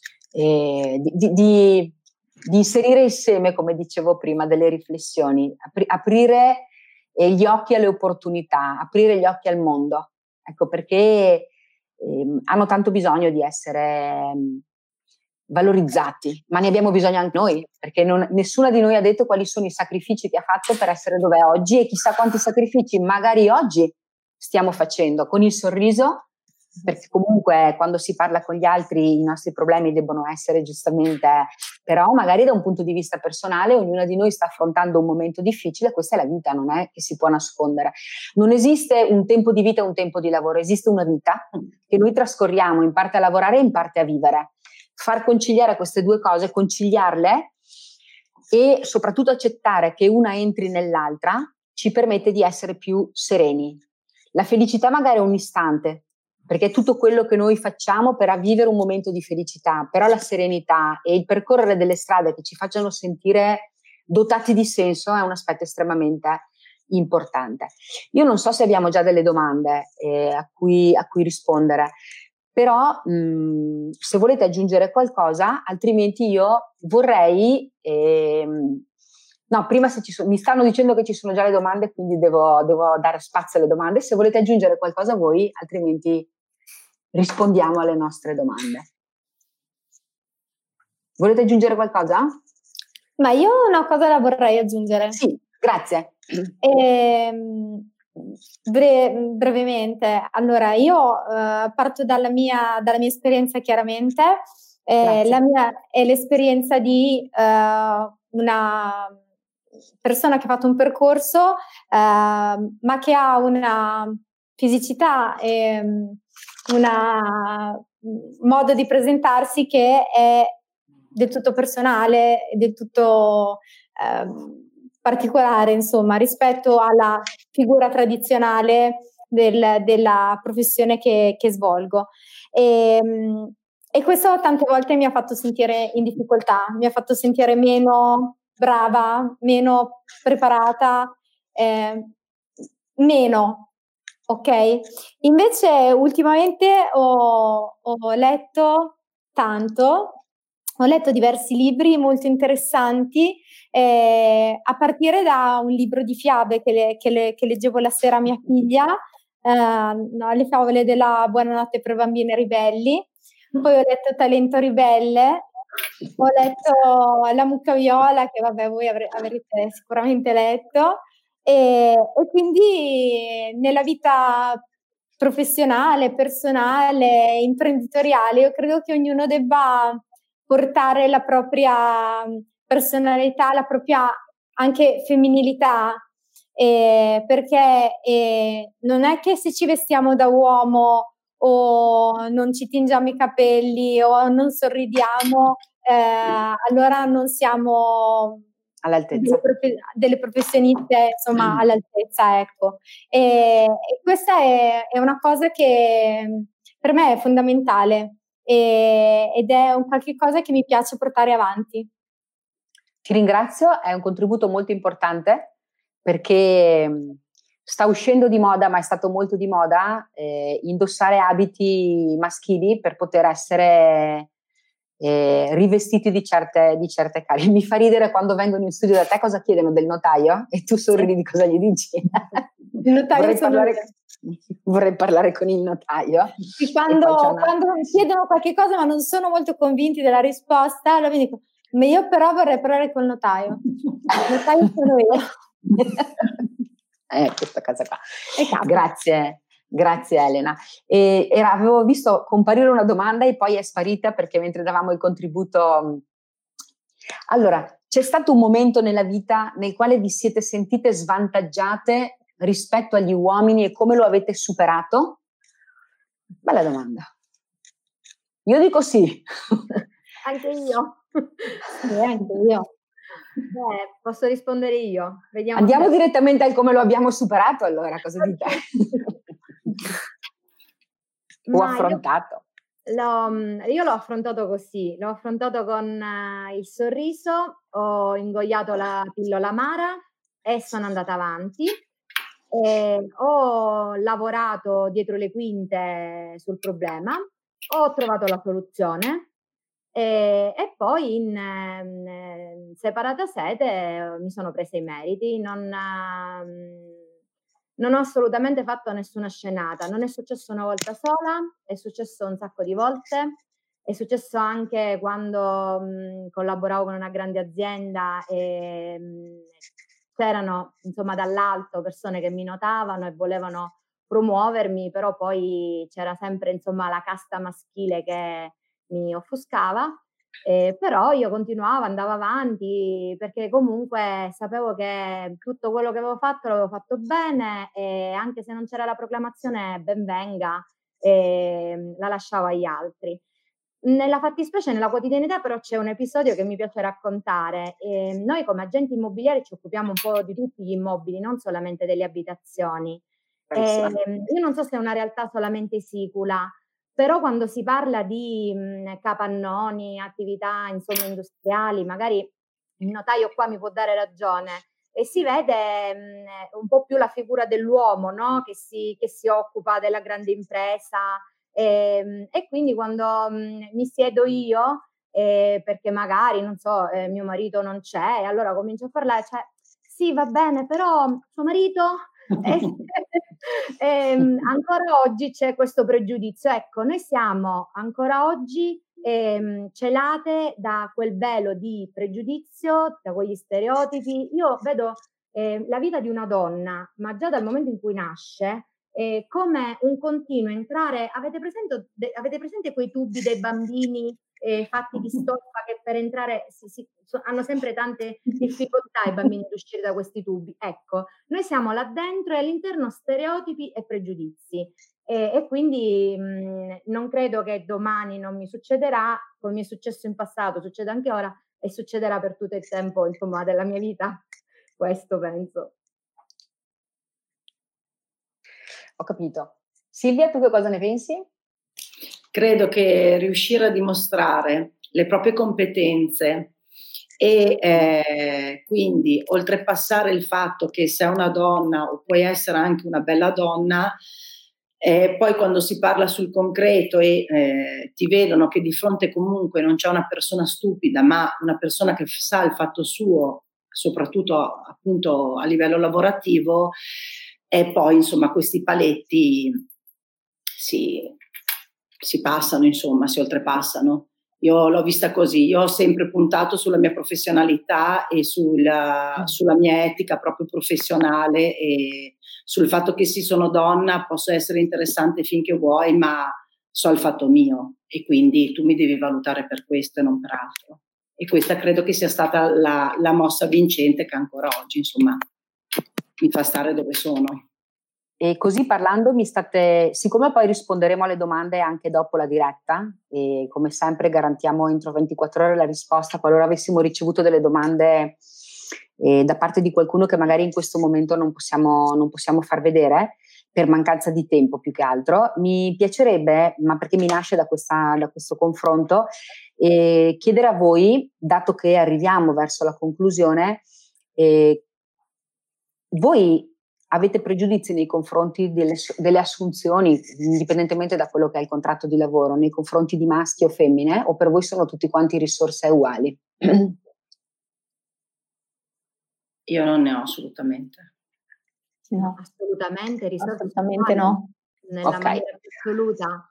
di inserire il seme, come dicevo prima, delle riflessioni, aprire gli occhi alle opportunità, aprire gli occhi al mondo, ecco, perché hanno tanto bisogno di essere valorizzati, ma ne abbiamo bisogno anche noi, perché nessuna di noi ha detto quali sono i sacrifici che ha fatto per essere dove è oggi, e chissà quanti sacrifici magari oggi stiamo facendo con il sorriso, perché comunque quando si parla con gli altri i nostri problemi debbono essere giustamente, però magari da un punto di vista personale ognuna di noi sta affrontando un momento difficile. Questa è la vita, non è che si può nascondere, non esiste un tempo di vita e un tempo di lavoro, esiste una vita che noi trascorriamo in parte a lavorare e in parte a vivere. Far conciliare queste due cose, conciliarle e soprattutto accettare che una entri nell'altra ci permette di essere più sereni. La felicità magari è un istante, perché è tutto quello che noi facciamo per vivere un momento di felicità, però la serenità e il percorrere delle strade che ci facciano sentire dotati di senso è un aspetto estremamente importante. Io non so se abbiamo già delle domande a cui rispondere, però se volete aggiungere qualcosa, altrimenti io vorrei... no, prima mi stanno dicendo che ci sono già le domande, quindi devo dare spazio alle domande. Se volete aggiungere qualcosa voi, altrimenti rispondiamo alle nostre domande. Volete aggiungere qualcosa? Ma io una cosa la vorrei aggiungere. Sì, grazie. Brevemente, allora io parto dalla mia esperienza chiaramente, la mia è l'esperienza di una persona che ha fatto un percorso ma che ha una fisicità e un modo di presentarsi che è del tutto personale, del tutto particolare, insomma, rispetto alla figura tradizionale della professione che svolgo. E questo tante volte mi ha fatto sentire in difficoltà, mi ha fatto sentire meno brava, meno preparata, meno, ok? Invece ultimamente ho letto tanto, ho letto diversi libri molto interessanti, a partire da un libro di fiabe che leggevo la sera a mia figlia, Le favole della Buonanotte per bambini ribelli. Poi ho letto Talento ribelle, ho letto La mucca viola, che vabbè voi avrete sicuramente letto, e quindi nella vita professionale, personale, imprenditoriale, io credo che ognuno debba portare la propria personalità, la propria anche femminilità, perché non è che se ci vestiamo da uomo o non ci tingiamo i capelli o non sorridiamo, allora non siamo all'altezza delle professioniste, insomma, all'altezza, ecco. E questa è una cosa che per me è fondamentale ed è un qualche cosa che mi piace portare avanti. Ti ringrazio, è un contributo molto importante perché sta uscendo di moda, ma è stato molto di moda, indossare abiti maschili per poter essere rivestiti di certe cariche. Mi fa ridere quando vengono in studio da te cosa chiedono del notaio e tu sorridi di cosa gli dici. Il notaio vorrei parlare con il notaio. E quando mi chiedono qualche cosa ma non sono molto convinti della risposta, allora mi dico, ma io però vorrei parlare col notaio. Il notaio sono io. Questa cosa qua. Grazie Elena. Avevo visto comparire una domanda e poi è sparita perché mentre davamo il contributo... Allora, c'è stato un momento nella vita nel quale vi siete sentite svantaggiate rispetto agli uomini e come lo avete superato? Bella domanda. Io dico sì. Anche io. Sì, anche io. Posso rispondere io? Vediamo. Andiamo direttamente al come lo abbiamo superato, allora, cosa dite? O affrontato? Io l'ho affrontato così, l'ho affrontato con il sorriso, ho ingoiato la pillola amara e sono andata avanti. Ho lavorato dietro le quinte sul problema, ho trovato la soluzione e poi in separata sede mi sono presa i meriti, non ho assolutamente fatto nessuna scenata, non è successo una volta sola, è successo un sacco di volte, è successo anche quando collaboravo con una grande azienda e c'erano insomma dall'alto persone che mi notavano e volevano promuovermi, però poi c'era sempre insomma la casta maschile che mi offuscava, però io continuavo, andavo avanti perché comunque sapevo che tutto quello che avevo fatto l'avevo fatto bene e anche se non c'era la proclamazione ben venga, la lasciavo agli altri. Nella fattispecie, nella quotidianità però c'è un episodio che mi piace raccontare. Noi come agenti immobiliari ci occupiamo un po' di tutti gli immobili, non solamente delle abitazioni. Io non so se è una realtà solamente sicula, però quando si parla di capannoni, attività insomma industriali, magari il notaio qua mi può dare ragione, e si vede un po' più la figura dell'uomo, no? Che si occupa della grande impresa, e quindi quando mi siedo io, perché magari, non so, mio marito non c'è, e allora comincio a parlare, cioè, sì, va bene, però suo marito... ancora oggi c'è questo pregiudizio. Ecco, noi siamo ancora oggi celate da quel velo di pregiudizio, da quegli stereotipi. Io vedo la vita di una donna, ma già dal momento in cui nasce, come un continuo entrare. Avete presente quei tubi dei bambini fatti di stoffa che per entrare hanno sempre tante difficoltà i bambini ad uscire da questi tubi? Ecco, noi siamo là dentro e all'interno stereotipi e pregiudizi. E quindi non credo che domani non mi succederà, come mi è successo in passato, succede anche ora e succederà per tutto il tempo, insomma, della mia vita. Questo penso. Ho capito. Silvia, tu che cosa ne pensi? Credo che riuscire a dimostrare le proprie competenze e quindi oltrepassare il fatto che sei una donna o puoi essere anche una bella donna, poi quando si parla sul concreto e ti vedono che di fronte comunque non c'è una persona stupida, ma una persona che sa il fatto suo, soprattutto appunto a livello lavorativo, e poi insomma questi paletti si passano, insomma, si oltrepassano. Io l'ho vista così, io ho sempre puntato sulla mia professionalità e sulla mia etica proprio professionale e sul fatto che sì, sono donna, posso essere interessante finché vuoi, ma so il fatto mio e quindi tu mi devi valutare per questo e non per altro. E questa credo che sia stata la mossa vincente che ancora oggi, insomma, mi fa stare dove sono. E così parlando siccome poi risponderemo alle domande anche dopo la diretta, e come sempre garantiamo entro 24 ore la risposta qualora avessimo ricevuto delle domande da parte di qualcuno che magari in questo momento non possiamo far vedere per mancanza di tempo più che altro, mi piacerebbe, ma perché mi nasce da questo confronto, chiedere a voi, dato che arriviamo verso la conclusione, voi avete pregiudizi nei confronti delle assunzioni, indipendentemente da quello che è il contratto di lavoro, nei confronti di maschi o femmine, o per voi sono tutti quanti risorse uguali? Io non ne ho assolutamente. No. Assolutamente, assolutamente no. Nella maniera più assoluta.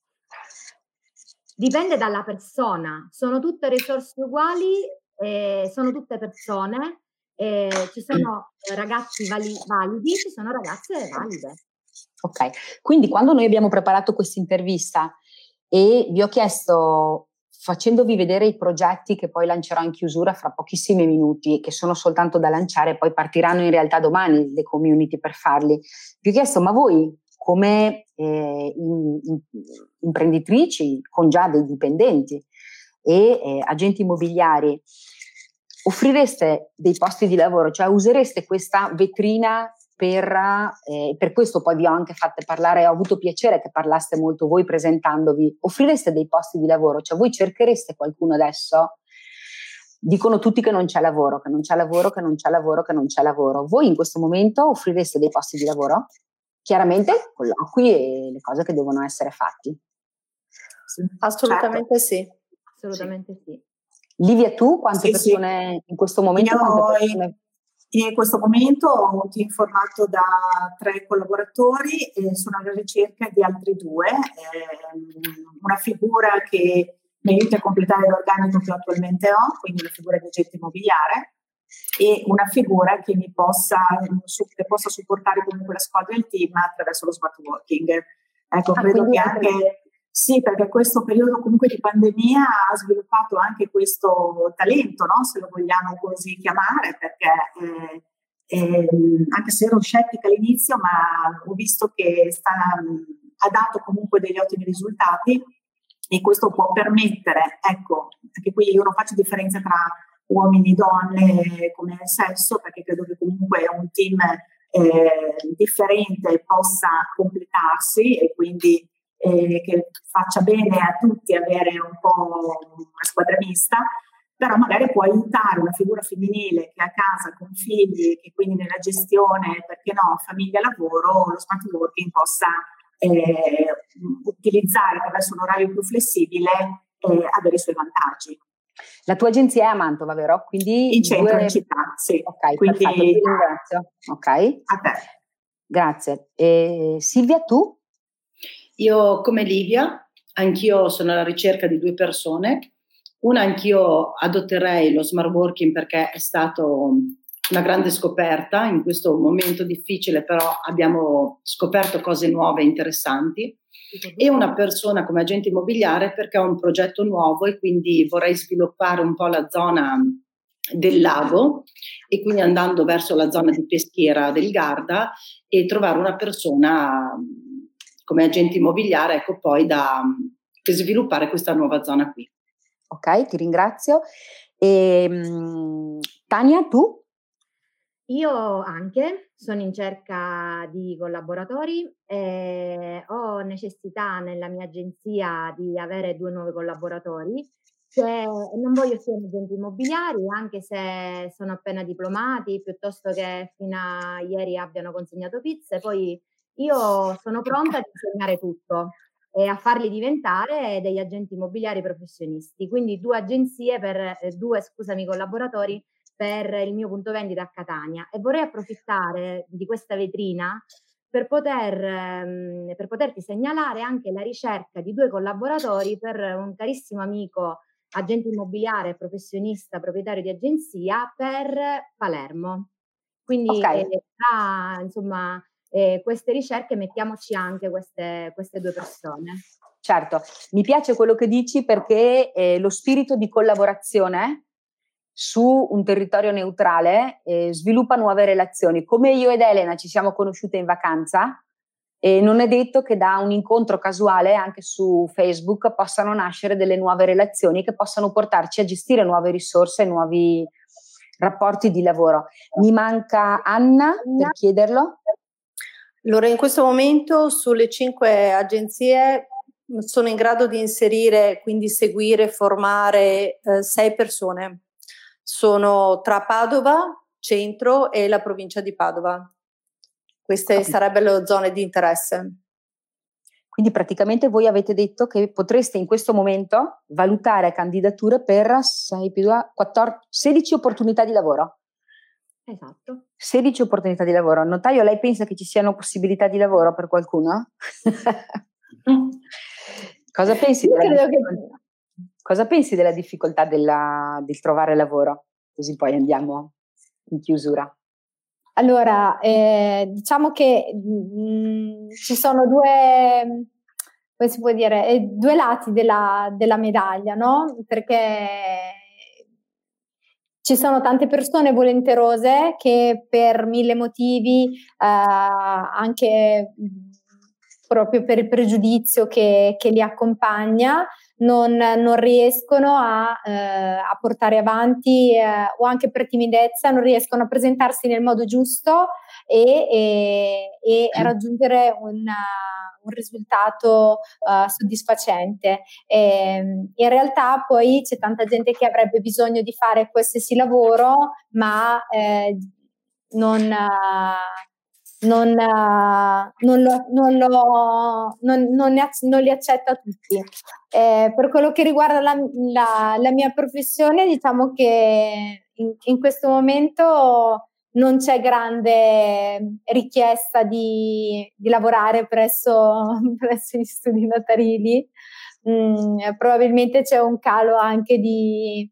Dipende dalla persona, sono tutte risorse uguali, sono tutte persone. Ci sono ragazzi validi, ci sono ragazze valide. Ok, quindi quando noi abbiamo preparato questa intervista e vi ho chiesto, facendovi vedere i progetti che poi lancerò in chiusura fra pochissimi minuti, che sono soltanto da lanciare, poi partiranno in realtà domani le community per farli, vi ho chiesto, ma voi come imprenditrici con già dei dipendenti e agenti immobiliari, offrireste dei posti di lavoro, cioè usereste questa vetrina per questo poi vi ho anche fatte parlare, ho avuto piacere che parlaste molto voi presentandovi, offrireste dei posti di lavoro, cioè voi cerchereste qualcuno adesso, dicono tutti che non c'è lavoro, che non c'è lavoro, che non c'è lavoro, che non c'è lavoro, voi in questo momento offrireste dei posti di lavoro? Chiaramente colloqui e le cose che devono essere fatti. Sì, assolutamente certo. Sì. Assolutamente sì. Livia, tu quante persone in questo momento? In questo momento ho un team formato da 3 collaboratori e sono alla ricerca di altri 2. Una figura che mi aiuta a completare l'organico che attualmente ho, quindi una figura di agente immobiliare, e una figura che mi possa supportare comunque la squadra e il team attraverso lo smart working. Ecco, credo che anche... Sì, perché questo periodo comunque di pandemia ha sviluppato anche questo talento, no? Se lo vogliamo così chiamare, perché anche se ero scettica all'inizio, ma ho visto che ha dato comunque degli ottimi risultati e questo può permettere, ecco, anche qui io non faccio differenza tra uomini e donne come sesso, perché credo che comunque un team differente possa completarsi e quindi che faccia bene a tutti avere un po' una squadra mista, però magari può aiutare una figura femminile che è a casa con figli, che quindi nella gestione, perché no, famiglia-lavoro, lo smart working possa utilizzare attraverso un orario più flessibile e avere i suoi vantaggi. La tua agenzia è a Mantova, vero? Quindi in centro, in città, sì. Ok, quindi perfetto, ti ringrazio. Ok, a te. Grazie. Silvia, tu? Io come Livia, anch'io sono alla ricerca di 2 persone. Una, anch'io adotterei lo smart working perché è stato una grande scoperta in questo momento difficile, però abbiamo scoperto cose nuove e interessanti. E una persona come agente immobiliare perché ho un progetto nuovo e quindi vorrei sviluppare un po' la zona del lago e quindi andando verso la zona di Peschiera del Garda e trovare una persona come agente immobiliare, ecco, poi per sviluppare questa nuova zona qui. Ok, ti ringrazio. Tania, tu? Io anche sono in cerca di collaboratori e ho necessità nella mia agenzia di avere 2 nuovi collaboratori. Non voglio siano agenti immobiliari, anche se sono appena diplomati, piuttosto che fino a ieri abbiano consegnato pizze. Poi io sono pronta ad insegnare tutto e a farli diventare degli agenti immobiliari professionisti. Quindi 2 agenzie per 2, collaboratori per il mio punto vendita a Catania, e vorrei approfittare di questa vetrina per poterti segnalare anche la ricerca di 2 collaboratori per un carissimo amico agente immobiliare, professionista, proprietario di agenzia per Palermo. Quindi insomma queste ricerche mettiamoci anche queste 2 persone. Certo, mi piace quello che dici perché lo spirito di collaborazione su un territorio neutrale sviluppa nuove relazioni. Come io ed Elena ci siamo conosciute in vacanza, non è detto che da un incontro casuale anche su Facebook possano nascere delle nuove relazioni che possano portarci a gestire nuove risorse e nuovi rapporti di lavoro. Mi manca Anna per chiederlo. Allora, in questo momento sulle 5 agenzie sono in grado di inserire, quindi seguire, formare 6 persone. Sono tra Padova, centro e la provincia di Padova. Queste sarebbero le zone di interesse. Quindi praticamente voi avete detto che potreste in questo momento valutare candidature per 6 più 2, 14, 16 opportunità di lavoro. Esatto. 16 opportunità di lavoro. Notaio, lei pensa che ci siano possibilità di lavoro per qualcuno? Cosa pensi Cosa pensi della difficoltà del trovare lavoro? Così poi andiamo in chiusura. Allora, diciamo che ci sono 2, come si può dire, 2 lati della medaglia, no? Perché ci sono tante persone volenterose che per 1000 motivi, anche proprio per il pregiudizio che li accompagna, non riescono a portare avanti o anche per timidezza non riescono a presentarsi nel modo giusto e raggiungere un risultato soddisfacente. In realtà poi c'è tanta gente che avrebbe bisogno di fare qualsiasi lavoro, ma non li accetta tutti. Per quello che riguarda la mia professione, diciamo che in questo momento non c'è grande richiesta di lavorare presso gli studi notarili. Probabilmente c'è un calo anche di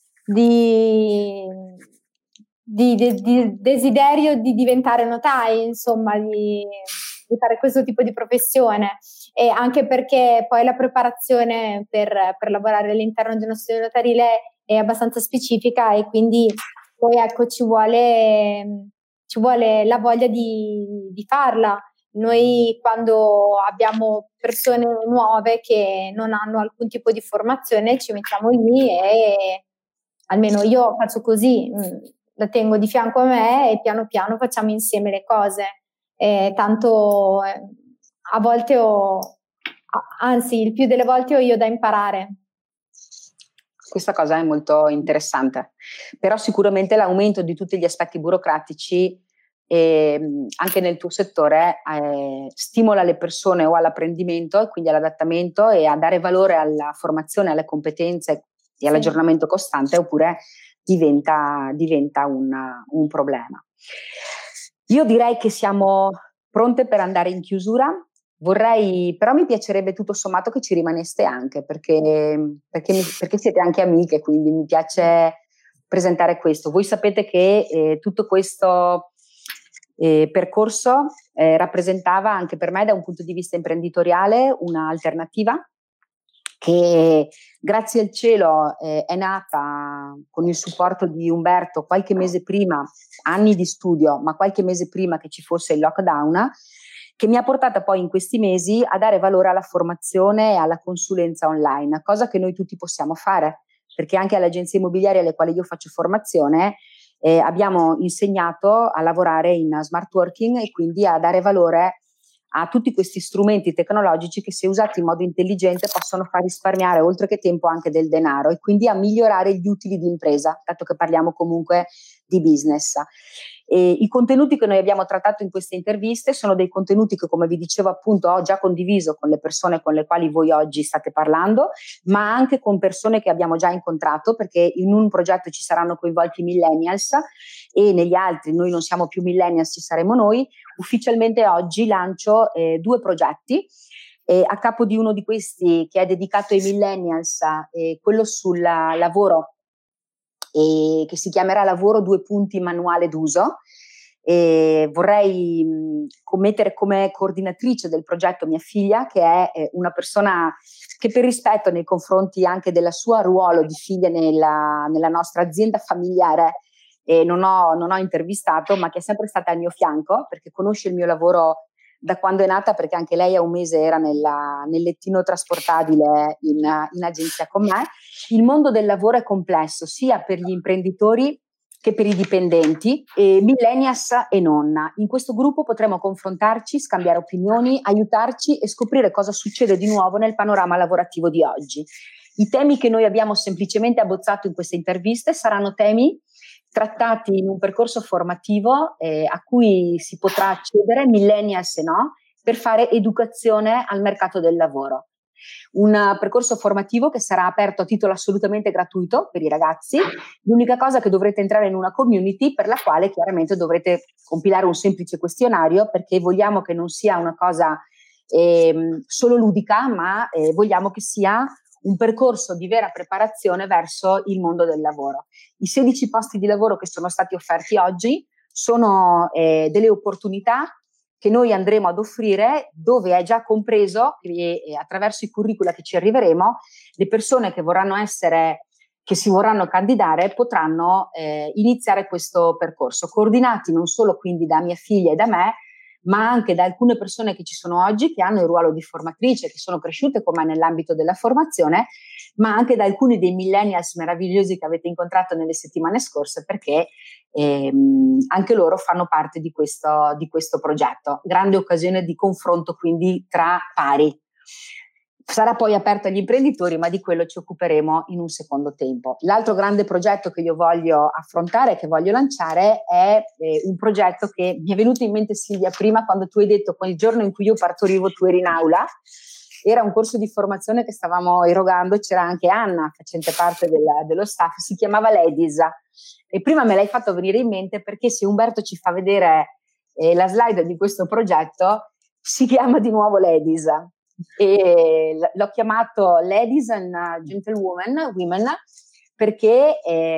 desiderio di diventare notai, insomma, di fare questo tipo di professione, e anche perché poi la preparazione per lavorare all'interno di uno studio notarile è abbastanza specifica, e quindi poi ecco ci vuole la voglia di farla. Noi quando abbiamo persone nuove che non hanno alcun tipo di formazione ci mettiamo lì e almeno io faccio così, la tengo di fianco a me e piano piano facciamo insieme le cose. Tanto a volte anzi il più delle volte ho io da imparare. Questa cosa è molto interessante, però sicuramente l'aumento di tutti gli aspetti burocratici anche nel tuo settore stimola le persone o all'apprendimento e quindi all'adattamento e a dare valore alla formazione, alle competenze e all'aggiornamento costante, oppure diventa un problema. Io direi che siamo pronte per andare in chiusura. Però mi piacerebbe tutto sommato che ci rimaneste anche, perché siete anche amiche, quindi mi piace presentare questo. Voi sapete che tutto questo percorso rappresentava anche per me, da un punto di vista imprenditoriale, un'alternativa che grazie al cielo è nata con il supporto di Umberto qualche mese prima, anni di studio, ma qualche mese prima che ci fosse il lockdown, che mi ha portata poi in questi mesi a dare valore alla formazione e alla consulenza online, cosa che noi tutti possiamo fare, perché anche alle agenzie immobiliari alle quali io faccio formazione abbiamo insegnato a lavorare in smart working e quindi a dare valore a tutti questi strumenti tecnologici che, se usati in modo intelligente, possono far risparmiare oltre che tempo anche del denaro e quindi a migliorare gli utili di impresa, dato che parliamo comunque di business. E i contenuti che noi abbiamo trattato in queste interviste sono dei contenuti che, come vi dicevo appunto, ho già condiviso con le persone con le quali voi oggi state parlando, ma anche con persone che abbiamo già incontrato, perché in un progetto ci saranno coinvolti millennials e negli altri noi non siamo più millennials, ci saremo noi. Ufficialmente oggi lancio 2 progetti. A capo di uno di questi, che è dedicato ai millennials, quello sul lavoro, che si chiamerà Lavoro 2 manuale d'uso. Vorrei mettere come coordinatrice del progetto mia figlia, che è una persona che, per rispetto nei confronti anche del suo ruolo di figlia nella nostra azienda familiare, non ho intervistato, ma che è sempre stata al mio fianco, perché conosce il mio lavoro da quando è nata, perché anche lei a un mese era nel lettino trasportabile in agenzia con me. Il mondo del lavoro è complesso sia per gli imprenditori che per i dipendenti, millennials e non. In questo gruppo potremo confrontarci, scambiare opinioni, aiutarci e scoprire cosa succede di nuovo nel panorama lavorativo di oggi. I temi che noi abbiamo semplicemente abbozzato in queste interviste saranno temi trattati in un percorso formativo a cui si potrà accedere, millennials e no, per fare educazione al mercato del lavoro. Un percorso formativo che sarà aperto a titolo assolutamente gratuito per i ragazzi. L'unica cosa è che dovrete entrare in una community per la quale chiaramente dovrete compilare un semplice questionario, perché vogliamo che non sia una cosa solo ludica, ma vogliamo che sia un percorso di vera preparazione verso il mondo del lavoro. I 16 posti di lavoro che sono stati offerti oggi sono delle opportunità che noi andremo ad offrire, dove è già compreso che attraverso i curricula che ci arriveremo, le persone che si vorranno candidare potranno iniziare questo percorso, coordinati non solo quindi da mia figlia e da me, ma anche da alcune persone che ci sono oggi, che hanno il ruolo di formatrice, che sono cresciute con me nell'ambito della formazione, ma anche da alcuni dei millennials meravigliosi che avete incontrato nelle settimane scorse, perché anche loro fanno parte di questo progetto. Grande occasione di confronto quindi tra pari. Sarà poi aperto agli imprenditori, ma di quello ci occuperemo in un secondo tempo. L'altro grande progetto che io voglio affrontare, che voglio lanciare, è un progetto che mi è venuto in mente, Silvia, prima, quando tu hai detto quel giorno in cui io partorivo tu eri in aula. Era un corso di formazione che stavamo erogando, c'era anche Anna facente parte dello staff, si chiamava Ladies, e prima me l'hai fatto venire in mente perché se Umberto ci fa vedere la slide di questo progetto, si chiama di nuovo Ladies. E l'ho chiamato Ladies and Gentlewomen, Women, perché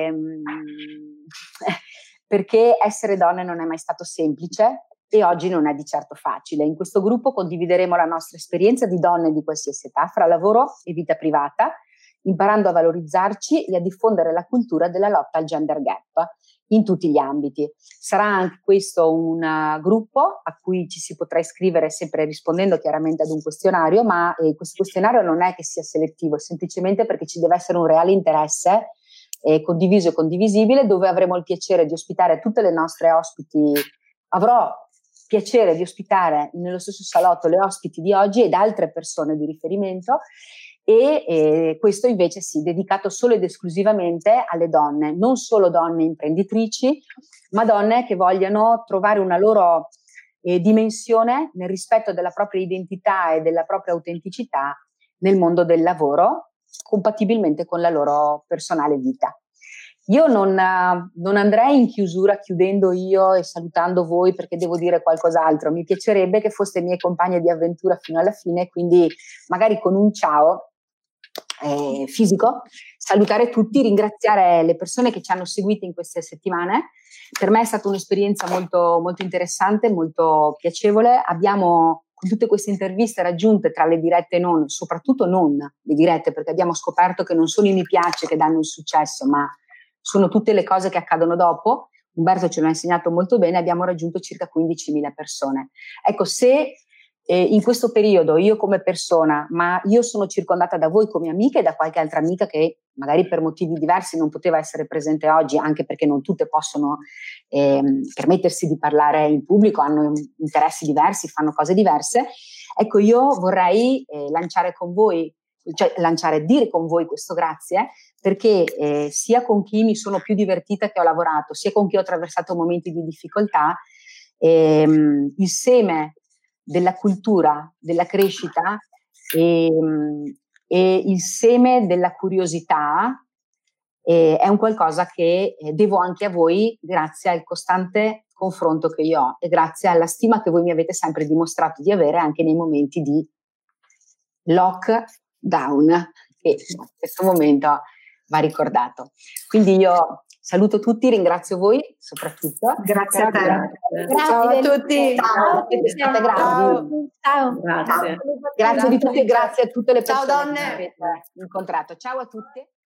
essere donne non è mai stato semplice e oggi non è di certo facile. In questo gruppo condivideremo la nostra esperienza di donne di qualsiasi età, fra lavoro e vita privata, imparando a valorizzarci e a diffondere la cultura della lotta al gender gap in tutti gli ambiti. Sarà anche questo un gruppo a cui ci si potrà iscrivere sempre rispondendo chiaramente ad un questionario, ma questo questionario non è che sia selettivo, è semplicemente perché ci deve essere un reale interesse condiviso e condivisibile, dove avremo il piacere di ospitare tutte le nostre ospiti. Avrò piacere di ospitare nello stesso salotto le ospiti di oggi ed altre persone di riferimento, e questo invece dedicato solo ed esclusivamente alle donne, non solo donne imprenditrici, ma donne che vogliono trovare una loro dimensione nel rispetto della propria identità e della propria autenticità nel mondo del lavoro, compatibilmente con la loro personale vita. Io non andrei in chiusura chiudendo io e salutando voi, perché devo dire qualcos'altro. Mi piacerebbe che foste miei compagni di avventura fino alla fine, quindi magari con un ciao fisico, salutare tutti, ringraziare le persone che ci hanno seguiti in queste settimane. Per me è stata un'esperienza molto, molto interessante, molto piacevole. Abbiamo con tutte queste interviste raggiunte tra le dirette e non, soprattutto non le dirette, perché abbiamo scoperto che non sono i mi piace che danno il successo, ma sono tutte le cose che accadono dopo. Umberto ce l'ha insegnato molto bene, abbiamo raggiunto circa 15.000 persone. Ecco, se in questo periodo io come persona, ma io sono circondata da voi come amiche e da qualche altra amica che magari per motivi diversi non poteva essere presente oggi, anche perché non tutte possono permettersi di parlare in pubblico, hanno interessi diversi, fanno cose diverse. Ecco, io vorrei dire con voi questo grazie, perché sia con chi mi sono più divertita che ho lavorato, sia con chi ho attraversato momenti di difficoltà, il seme della cultura, della crescita e il seme della curiosità è un qualcosa che devo anche a voi, grazie al costante confronto che io ho e grazie alla stima che voi mi avete sempre dimostrato di avere anche nei momenti di lockdown, che in questo momento va ricordato. Quindi io saluto tutti, ringrazio voi soprattutto. Grazie a te. Ciao a tutti. Ciao. Ciao. Grazie. Grazie di tutti e grazie a tutte le persone Ciao donne. che avete incontrato. Ciao a tutti.